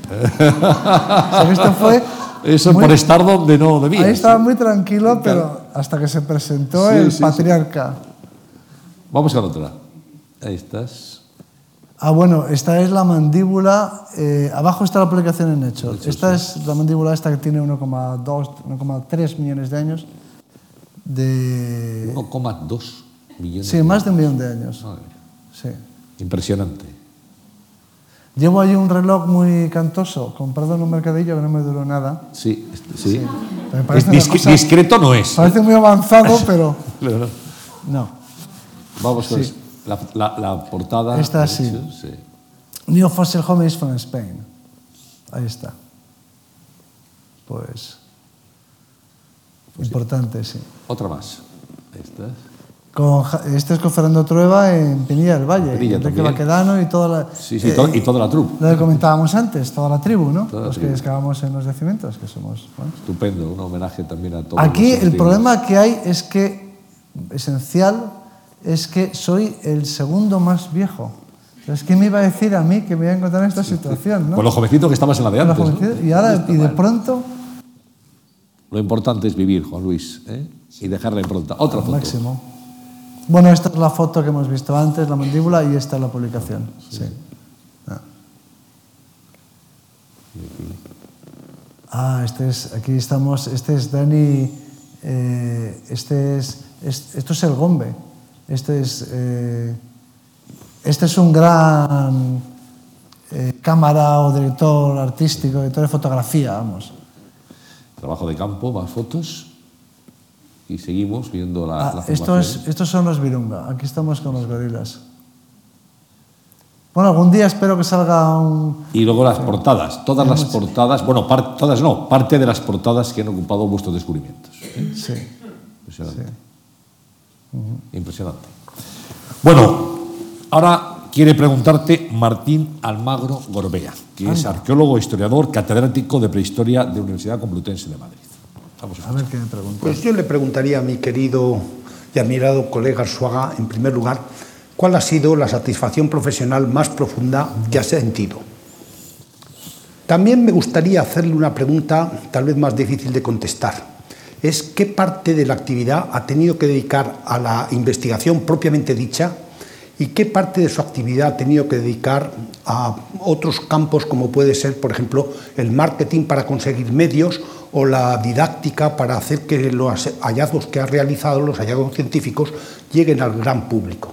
Esto fue por estar donde no debía. Ahí estaba muy tranquilo, pero hasta que se presentó el patriarca. Vamos con otra. Ahí estás. Bueno, esta es la mandíbula. Abajo está la publicación en Hechos. Esta es la mandíbula que tiene 1,3 millones de años. 1,2 millones. Sí, más de 1 millón de años. Sí. Impresionante. Llevo ahí un reloj muy cantoso, comprado en un mercadillo que no me duró nada. Sí. Discreto no es. Parece muy avanzado, pero... No. Vamos con la portada. Esta sí. New Fossil Hominids from Spain. Ahí está. Pues importante, sí. Otra más. Ahí estás. Este es con Fernando Trueba en Pinilla del Valle. Enrique Baquedano y toda la... y toda la troupe. Lo que comentábamos antes, toda la tribu, ¿no? Los que excavamos en los yacimientos, que somos... Bueno. Estupendo, un homenaje también a todos. Aquí el problema que hay es que, esencial, es que soy el segundo más viejo. Entonces, ¿qué me iba a decir a mí que me iba a encontrar en esta situación, no? Con lo jovencito que estabas en la de antes, ¿no? Y de pronto... Lo importante es vivir, Juan Luis, y dejar la impronta. Otra foto. Máximo. Bueno, esta es la foto que hemos visto antes, la mandíbula, y esta es la publicación. Sí. Aquí estamos, este es Dani, esto es el Gombe. Este es un gran cámara o director artístico, director de fotografía, vamos. Trabajo de campo, más fotos. Y seguimos viendo la formación. Estos son los Virunga. Aquí estamos con los gorilas. Bueno, algún día espero que salga un... Y luego las portadas. Todas las portadas, bueno, todas no, parte de las portadas que han ocupado vuestros descubrimientos. Sí. Impresionante. Sí. Impresionante. Bueno, ahora quiere preguntarte Martín Almagro Gorbea, que es arqueólogo, historiador, catedrático de prehistoria de la Universidad Complutense de Madrid. A ver qué me pregunta. Pues yo le preguntaría a mi querido y admirado colega Arzuaga, en primer lugar, ¿cuál ha sido la satisfacción profesional más profunda que ha sentido? También me gustaría hacerle una pregunta tal vez más difícil de contestar. Es qué parte de la actividad ha tenido que dedicar a la investigación propiamente dicha y qué parte de su actividad ha tenido que dedicar a otros campos como puede ser, por ejemplo, el marketing para conseguir medios o la didáctica para hacer que los hallazgos que ha realizado, los hallazgos científicos, lleguen al gran público.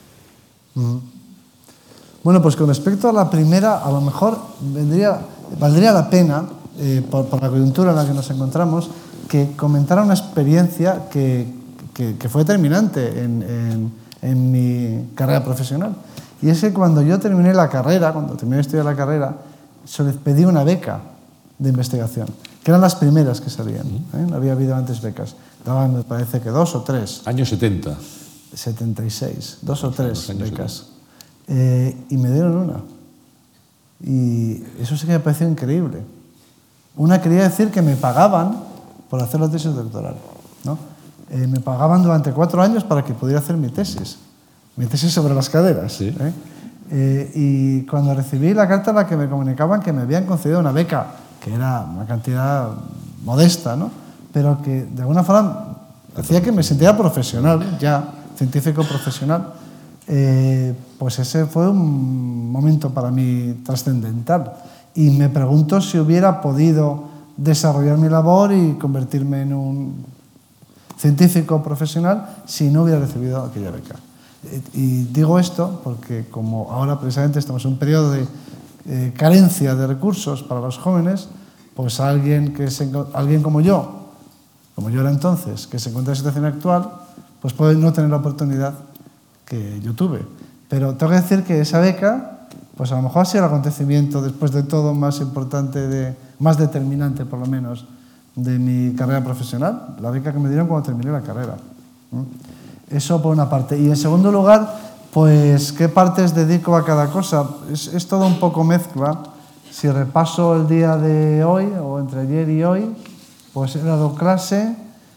Bueno, pues con respecto a la primera, a lo mejor valdría la pena, por la coyuntura en la que nos encontramos, que comentara una experiencia que fue determinante en mi carrera profesional. Y es que cuando yo terminé la carrera, cuando terminé de estudiar la carrera, se les pedí una beca de investigación, que eran las primeras que salían. No había habido antes becas. Daban, me parece que 2 o 3. Años 70. 76, 2 o 3 becas. Y me dieron una. Y eso sí que me pareció increíble. Una quería decir que me pagaban por hacer la tesis doctoral, ¿no? Me pagaban durante 4 años para que pudiera hacer mi tesis sobre las caderas. Sí. Y cuando recibí la carta en la que me comunicaban que me habían concedido una beca, que era una cantidad modesta, ¿no? Pero que de alguna forma hacía que me sentía profesional, ya científico profesional, pues ese fue un momento para mí trascendental. Y me pregunto si hubiera podido desarrollar mi labor y convertirme en un científico profesional si no hubiera recibido aquella beca. Y digo esto porque como ahora precisamente estamos en un periodo de carencia de recursos para los jóvenes, pues alguien como yo era entonces, que se encuentra en la situación actual, pues puede no tener la oportunidad que yo tuve. Pero tengo que decir que esa beca, pues a lo mejor ha sido el acontecimiento después de todo más importante, más determinante por lo menos, de mi carrera profesional, la beca que me dieron cuando terminé la carrera. Eso por una parte. Y en segundo lugar, pues qué partes dedico a cada cosa. Es todo un poco mezcla. Si repaso el día de hoy, o entre ayer y hoy, pues he dado clase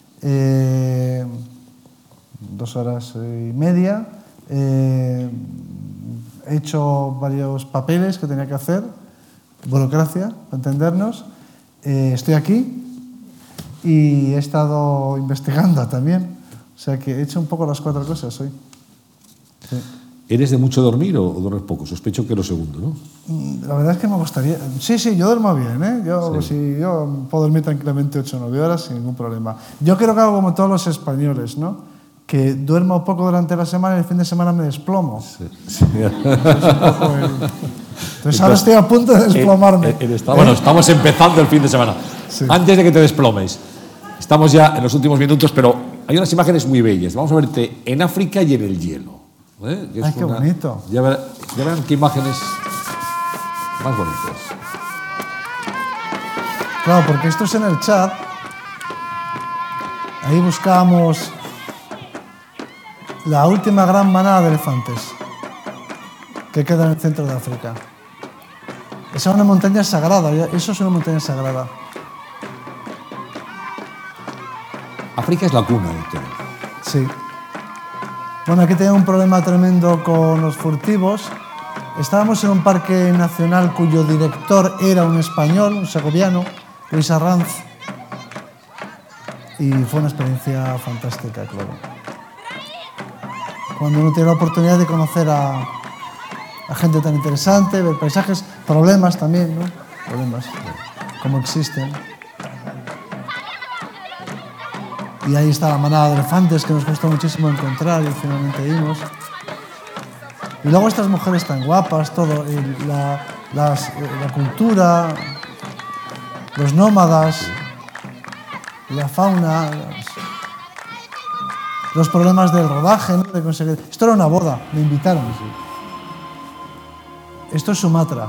2 horas y media, he hecho varios papeles que tenía que hacer, burocracia, para entendernos, estoy aquí y he estado investigando también, o sea que he hecho un poco las 4 cosas hoy. Sí. ¿Eres de mucho dormir o duermes poco? Sospecho que lo segundo, ¿no? La verdad es que me gustaría... Sí, yo duermo bien, ¿eh? Yo puedo dormir tranquilamente 8 o 9 horas sin ningún problema. Yo creo que hago como todos los españoles, ¿no? Que duermo poco durante la semana y el fin de semana me desplomo. Sí. Entonces ahora estoy a punto de desplomarme. Bueno, estamos empezando el fin de semana. Sí. Antes de que te desplomes, estamos ya en los últimos minutos, pero hay unas imágenes muy bellas. Vamos a verte en África y en el hielo. ¡Ay, qué bonito! Ya verán qué imágenes más bonitas. Claro, porque esto es en el chat. Ahí buscábamos la última gran manada de elefantes que queda en el centro de África. Esa es una montaña sagrada, eso es una montaña sagrada. África es la cuna de todo. Sí. Bueno, aquí tenía un problema tremendo con los furtivos. Estábamos en un parque nacional cuyo director era un español, un segoviano, Luis Arranz, y fue una experiencia fantástica, claro. Cuando uno tiene la oportunidad de conocer a gente tan interesante, ver paisajes, problemas también, ¿no? Problemas, como existen. Y ahí está la manada de elefantes que nos costó muchísimo encontrar y finalmente vimos. Y luego estas mujeres tan guapas, todo, la cultura, los nómadas, la fauna, los problemas del rodaje, ¿no? De conseguir. Esto era una boda, me invitaron. Esto es Sumatra.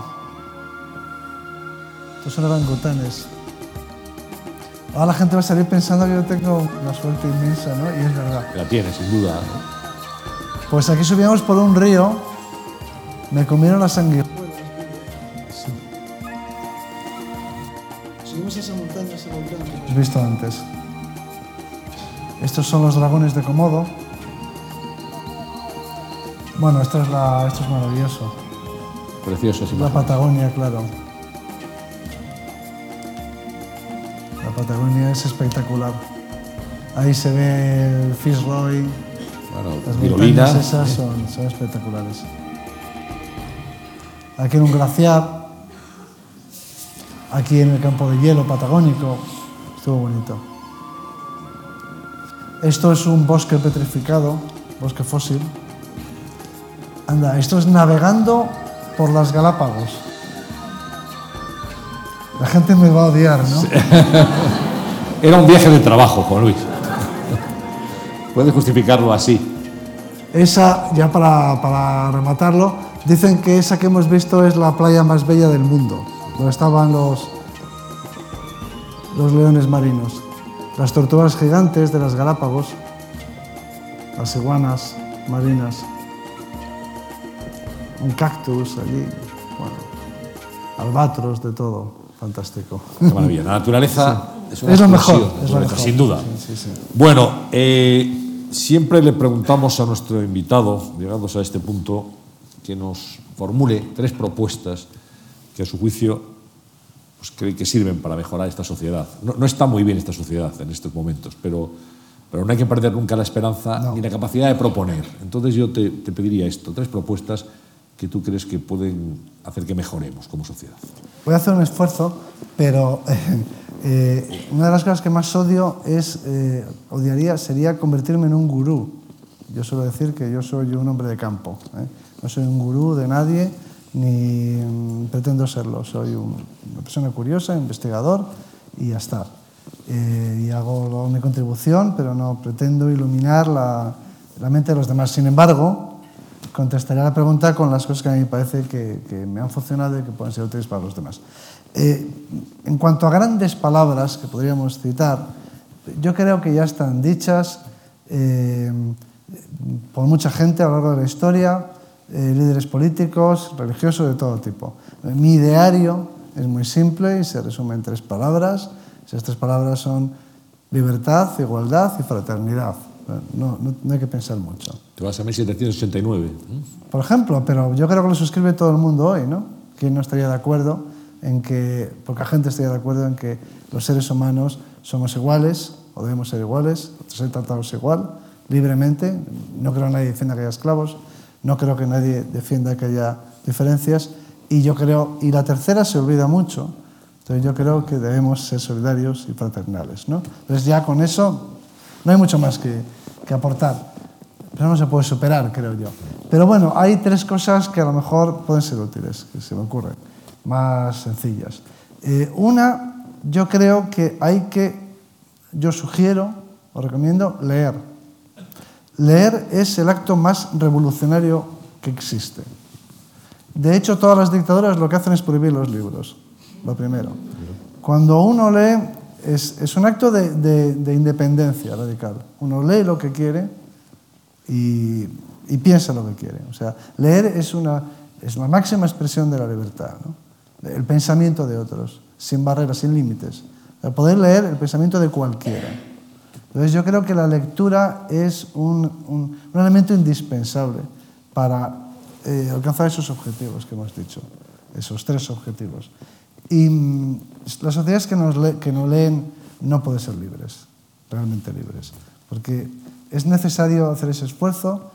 Estos son orangutanes. Ahora la gente va a salir pensando que yo tengo una suerte inmensa, ¿no? Y es verdad. La tienes, sin duda, ¿no? Pues aquí subíamos por un río, me comieron las sanguijuelas. Sí. Subimos esa montaña, ese volcán que hemos visto antes. Estos son los dragones de Komodo. Bueno, esto es maravilloso. Precioso, sí. La Patagonia, claro. La Patagonia es espectacular. Ahí se ve el Fitzroy. Bueno, Las Virolina. montañas esas son espectaculares. Aquí en un glaciar, aquí en el campo de hielo patagónico, estuvo bonito. Esto es un bosque petrificado, bosque fósil. Anda, esto es navegando por las Galápagos. La gente me va a odiar, ¿no? Sí. Era un viaje de trabajo, Juan Luis. Puedes justificarlo así. Esa, ya para rematarlo, dicen que esa que hemos visto es la playa más bella del mundo, donde estaban los leones marinos, las tortugas gigantes de las Galápagos, las iguanas marinas, un cactus allí, bueno, albatros, de todo, fantástico. Qué maravilla. La naturaleza sí. Es lo mejor, sin duda. Sí, sí, sí. Bueno, siempre le preguntamos a nuestro invitado, llegados a este punto, que nos formule 3 propuestas que a su juicio pues, cree que sirven para mejorar esta sociedad. No está muy bien esta sociedad en estos momentos, pero no hay que perder nunca la esperanza ni la capacidad de proponer. Entonces yo te pediría esto, 3 propuestas que tú crees que pueden hacer que mejoremos como sociedad. Voy a hacer un esfuerzo, pero una de las cosas que más odiaría sería convertirme en un gurú. Yo suelo decir que yo soy un hombre de campo, ¿eh? No soy un gurú de nadie, ni pretendo serlo. Soy una persona curiosa, investigador, y ya está. Y hago mi contribución, pero no pretendo iluminar la mente de los demás. Sin embargo, contestaré a la pregunta con las cosas que a mí me parece que me han funcionado y que pueden ser útiles para los demás. En cuanto a grandes palabras que podríamos citar, yo creo que ya están dichas por mucha gente a lo largo de la historia, líderes políticos, religiosos de todo tipo. Mi ideario es muy simple y se resume en 3 palabras. Esas 3 palabras son libertad, igualdad y fraternidad. No hay que pensar mucho. Te vas a 1789. Por ejemplo, pero yo creo que lo suscribe todo el mundo hoy, ¿no? ¿Quién no estaría de acuerdo en que, poca gente estaría de acuerdo en que los seres humanos somos iguales, o debemos ser iguales, ser tratados igual, libremente? No creo que nadie defienda que haya esclavos, no creo que nadie defienda que haya diferencias, y la tercera se olvida mucho. Entonces yo creo que debemos ser solidarios y fraternales, ¿no? Entonces ya con eso no hay mucho más que aportar. Pero no se puede superar, creo yo. Pero bueno, hay 3 cosas que a lo mejor pueden ser útiles, que se me ocurren, más sencillas. Una, yo creo que yo sugiero, o recomiendo, leer. Leer es el acto más revolucionario que existe. De hecho, todas las dictaduras lo que hacen es prohibir los libros, lo primero. Cuando uno lee, es un acto de independencia radical. Uno lee lo que quiere y piensa lo que quiere. O sea, leer es la máxima expresión de la libertad, ¿no? El pensamiento de otros, sin barreras, sin límites. Poder leer el pensamiento de cualquiera. Entonces yo creo que la lectura es un elemento indispensable para alcanzar esos objetivos que hemos dicho, esos 3 objetivos. Y las sociedades que no leen no pueden ser libres, realmente libres, porque es necesario hacer ese esfuerzo,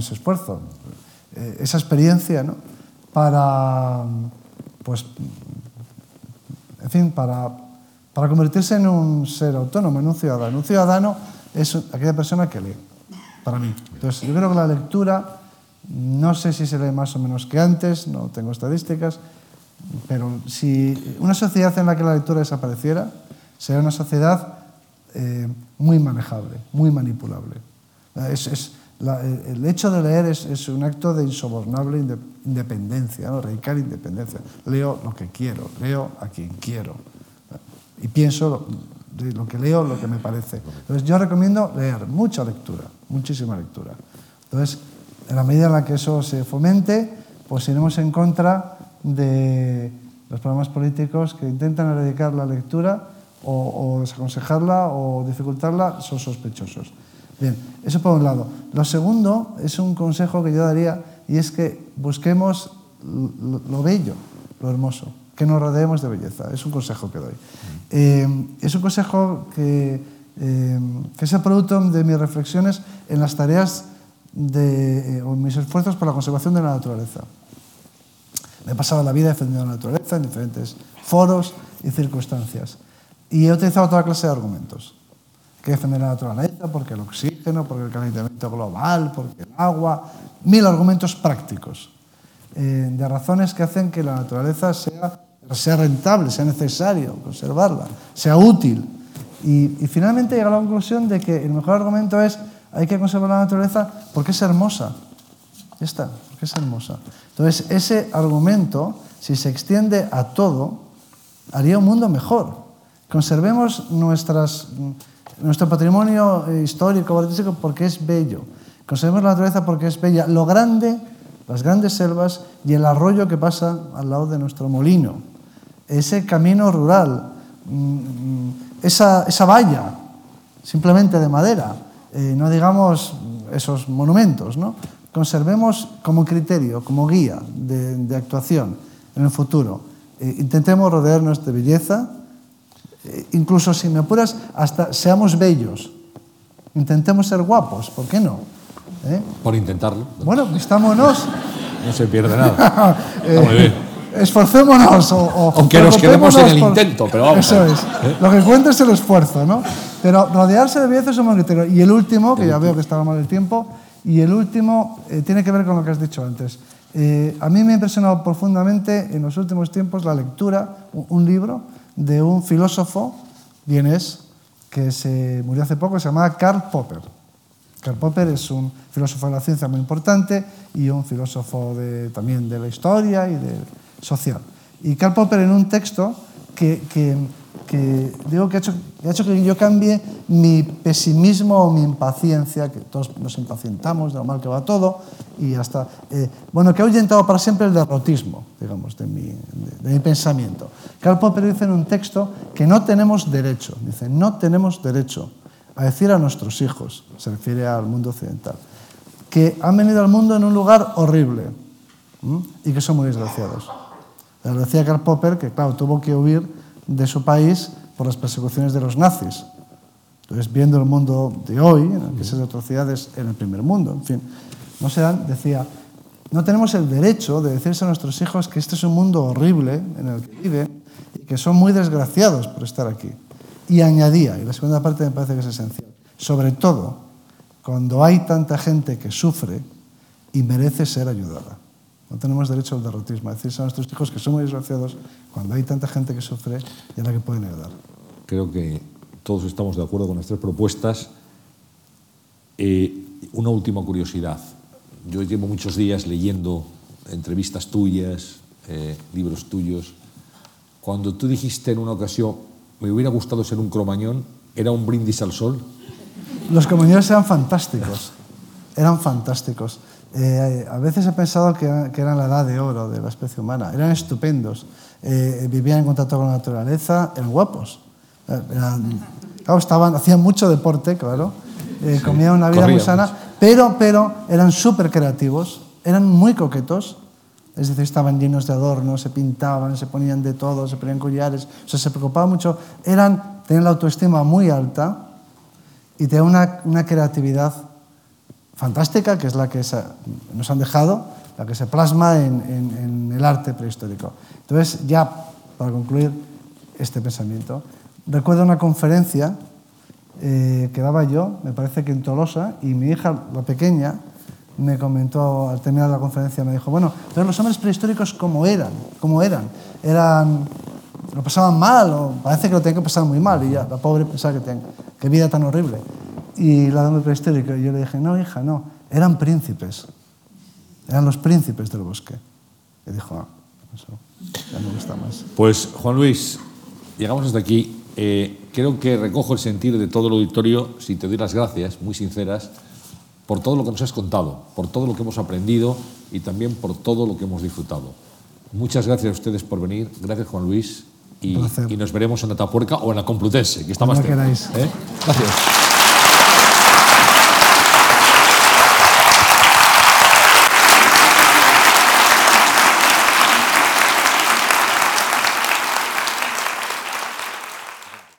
esa experiencia, ¿no? Para convertirse en un ser autónomo, en un ciudadano. Un ciudadano es aquella persona que lee, para mí. Entonces, yo creo que la lectura, no sé si se lee más o menos que antes, no tengo estadísticas, Pero si una sociedad en la que la lectura desapareciera, sería una sociedad muy manejable, muy manipulable. El hecho de leer es un acto de insobornable independencia, ¿no? Radical independencia. Leo lo que quiero, leo a quien quiero. Y pienso de lo que leo, lo que me parece. Entonces yo recomiendo leer, mucha lectura, muchísima lectura. Entonces, en la medida en la que eso se fomente, pues iremos en contra de los programas políticos que intentan erradicar la lectura o desaconsejarla o dificultarla, son sospechosos. Bien, eso por un lado. Lo segundo es un consejo que yo daría, y es que busquemos lo bello, lo hermoso, que nos rodeemos de belleza. Es un consejo que doy. Es un consejo que es el producto de mis reflexiones en las tareas o en mis esfuerzos por la conservación de la naturaleza. Me he pasado la vida defendiendo la naturaleza en diferentes foros y circunstancias. Y he utilizado toda clase de argumentos. Que defender la naturaleza, porque el oxígeno, porque el calentamiento global, porque el agua, 1000 argumentos prácticos de razones que hacen que la naturaleza sea rentable, sea necesario conservarla, sea útil. Y finalmente he llegado a la conclusión de que el mejor argumento es hay que conservar la naturaleza porque es hermosa. Ya está, porque es hermosa. Entonces, ese argumento, si se extiende a todo, haría un mundo mejor. Conservemos nuestro patrimonio histórico, artístico, porque es bello. Conservemos la naturaleza porque es bella. Lo grande, las grandes selvas y el arroyo que pasa al lado de nuestro molino. Ese camino rural, esa valla, simplemente de madera. No digamos esos monumentos, ¿no? Conservemos como criterio, como guía de actuación en el futuro. Intentemos rodearnos de belleza. Incluso si me apuras, hasta seamos bellos. Intentemos ser guapos, ¿por qué no? Por intentarlo. Bueno, vistámonos. No se pierde nada. Está muy bien. Esforcémonos. Aunque nos quedemos en el intento, pero vamos. Eso es. Lo que cuenta es el esfuerzo, ¿no? Pero rodearse de belleza es un buen criterio. Y el último, que ya veo que estaba mal el tiempo, y el último tiene que ver con lo que has dicho antes. A mí me ha impresionado profundamente en los últimos tiempos la lectura, un libro de un filósofo vienés que se murió hace poco, se llamaba Karl Popper. Karl Popper es un filósofo de la ciencia muy importante y un filósofo también de la historia y de social. Y Karl Popper, en un texto que digo que ha hecho que yo cambie mi pesimismo o mi impaciencia, que todos nos impacientamos de lo mal que va todo, y hasta, que ha ahuyentado para siempre el derrotismo, digamos, de mi pensamiento. Karl Popper dice en un texto que no tenemos derecho a decir a nuestros hijos, se refiere al mundo occidental, que han venido al mundo en un lugar horrible y que son muy desgraciados. Lo decía Karl Popper, que claro, tuvo que huir de su país por las persecuciones de los nazis. Entonces, viendo el mundo de hoy, en el que esas atrocidades en el primer mundo, en fin, no se dan, decía, no tenemos el derecho de decirse a nuestros hijos que este es un mundo horrible en el que viven y que son muy desgraciados por estar aquí. Y añadía, y la segunda parte me parece que es esencial, sobre todo cuando hay tanta gente que sufre y merece ser ayudada. No tenemos derecho al derrotismo, a decirse a nuestros hijos que son muy desgraciados cuando hay tanta gente que sufre y a la que pueden ayudar. Creo que todos estamos de acuerdo con las tres propuestas. Una última curiosidad. Yo llevo muchos días leyendo entrevistas tuyas, libros tuyos. Cuando tú dijiste en una ocasión, me hubiera gustado ser un cromañón, ¿era un brindis al sol? Los cromañones eran fantásticos. Eran fantásticos. A veces he pensado que eran la edad de oro de la especie humana. Eran estupendos. Vivían en contacto con la naturaleza, eran guapos. Hacían mucho deporte, claro. Comían una vida muy sana, pero eran súper creativos, eran muy coquetos. Es decir, estaban llenos de adornos, se pintaban, se ponían de todo, se ponían collares. O sea, se preocupaban mucho. Tenían la autoestima muy alta y tenían una creatividad fantástica, que es la que nos han dejado, la que se plasma en el arte prehistórico. Entonces, ya para concluir este pensamiento, recuerdo una conferencia que daba yo, me parece que en Tolosa, y mi hija, la pequeña, me comentó al terminar la conferencia, me dijo, bueno, pero los hombres prehistóricos ¿cómo eran? Lo pasaban mal, o parece que lo tenían que pasar muy mal, y ya, la pobre pensaba qué vida tan horrible. Y la hombre prehistórico, y yo le dije, no, hija, no, eran príncipes, eran los príncipes del bosque. Y dijo, eso ya me gusta más. Pues, Juan Luis, llegamos hasta aquí. Creo que recojo el sentir de todo el auditorio si te doy las gracias, muy sinceras, por todo lo que nos has contado, por todo lo que hemos aprendido y también por todo lo que hemos disfrutado. Muchas gracias a ustedes por venir. Gracias, Juan Luis. Y nos veremos en Atapuerca o en la Complutense, que está más cerca. Gracias.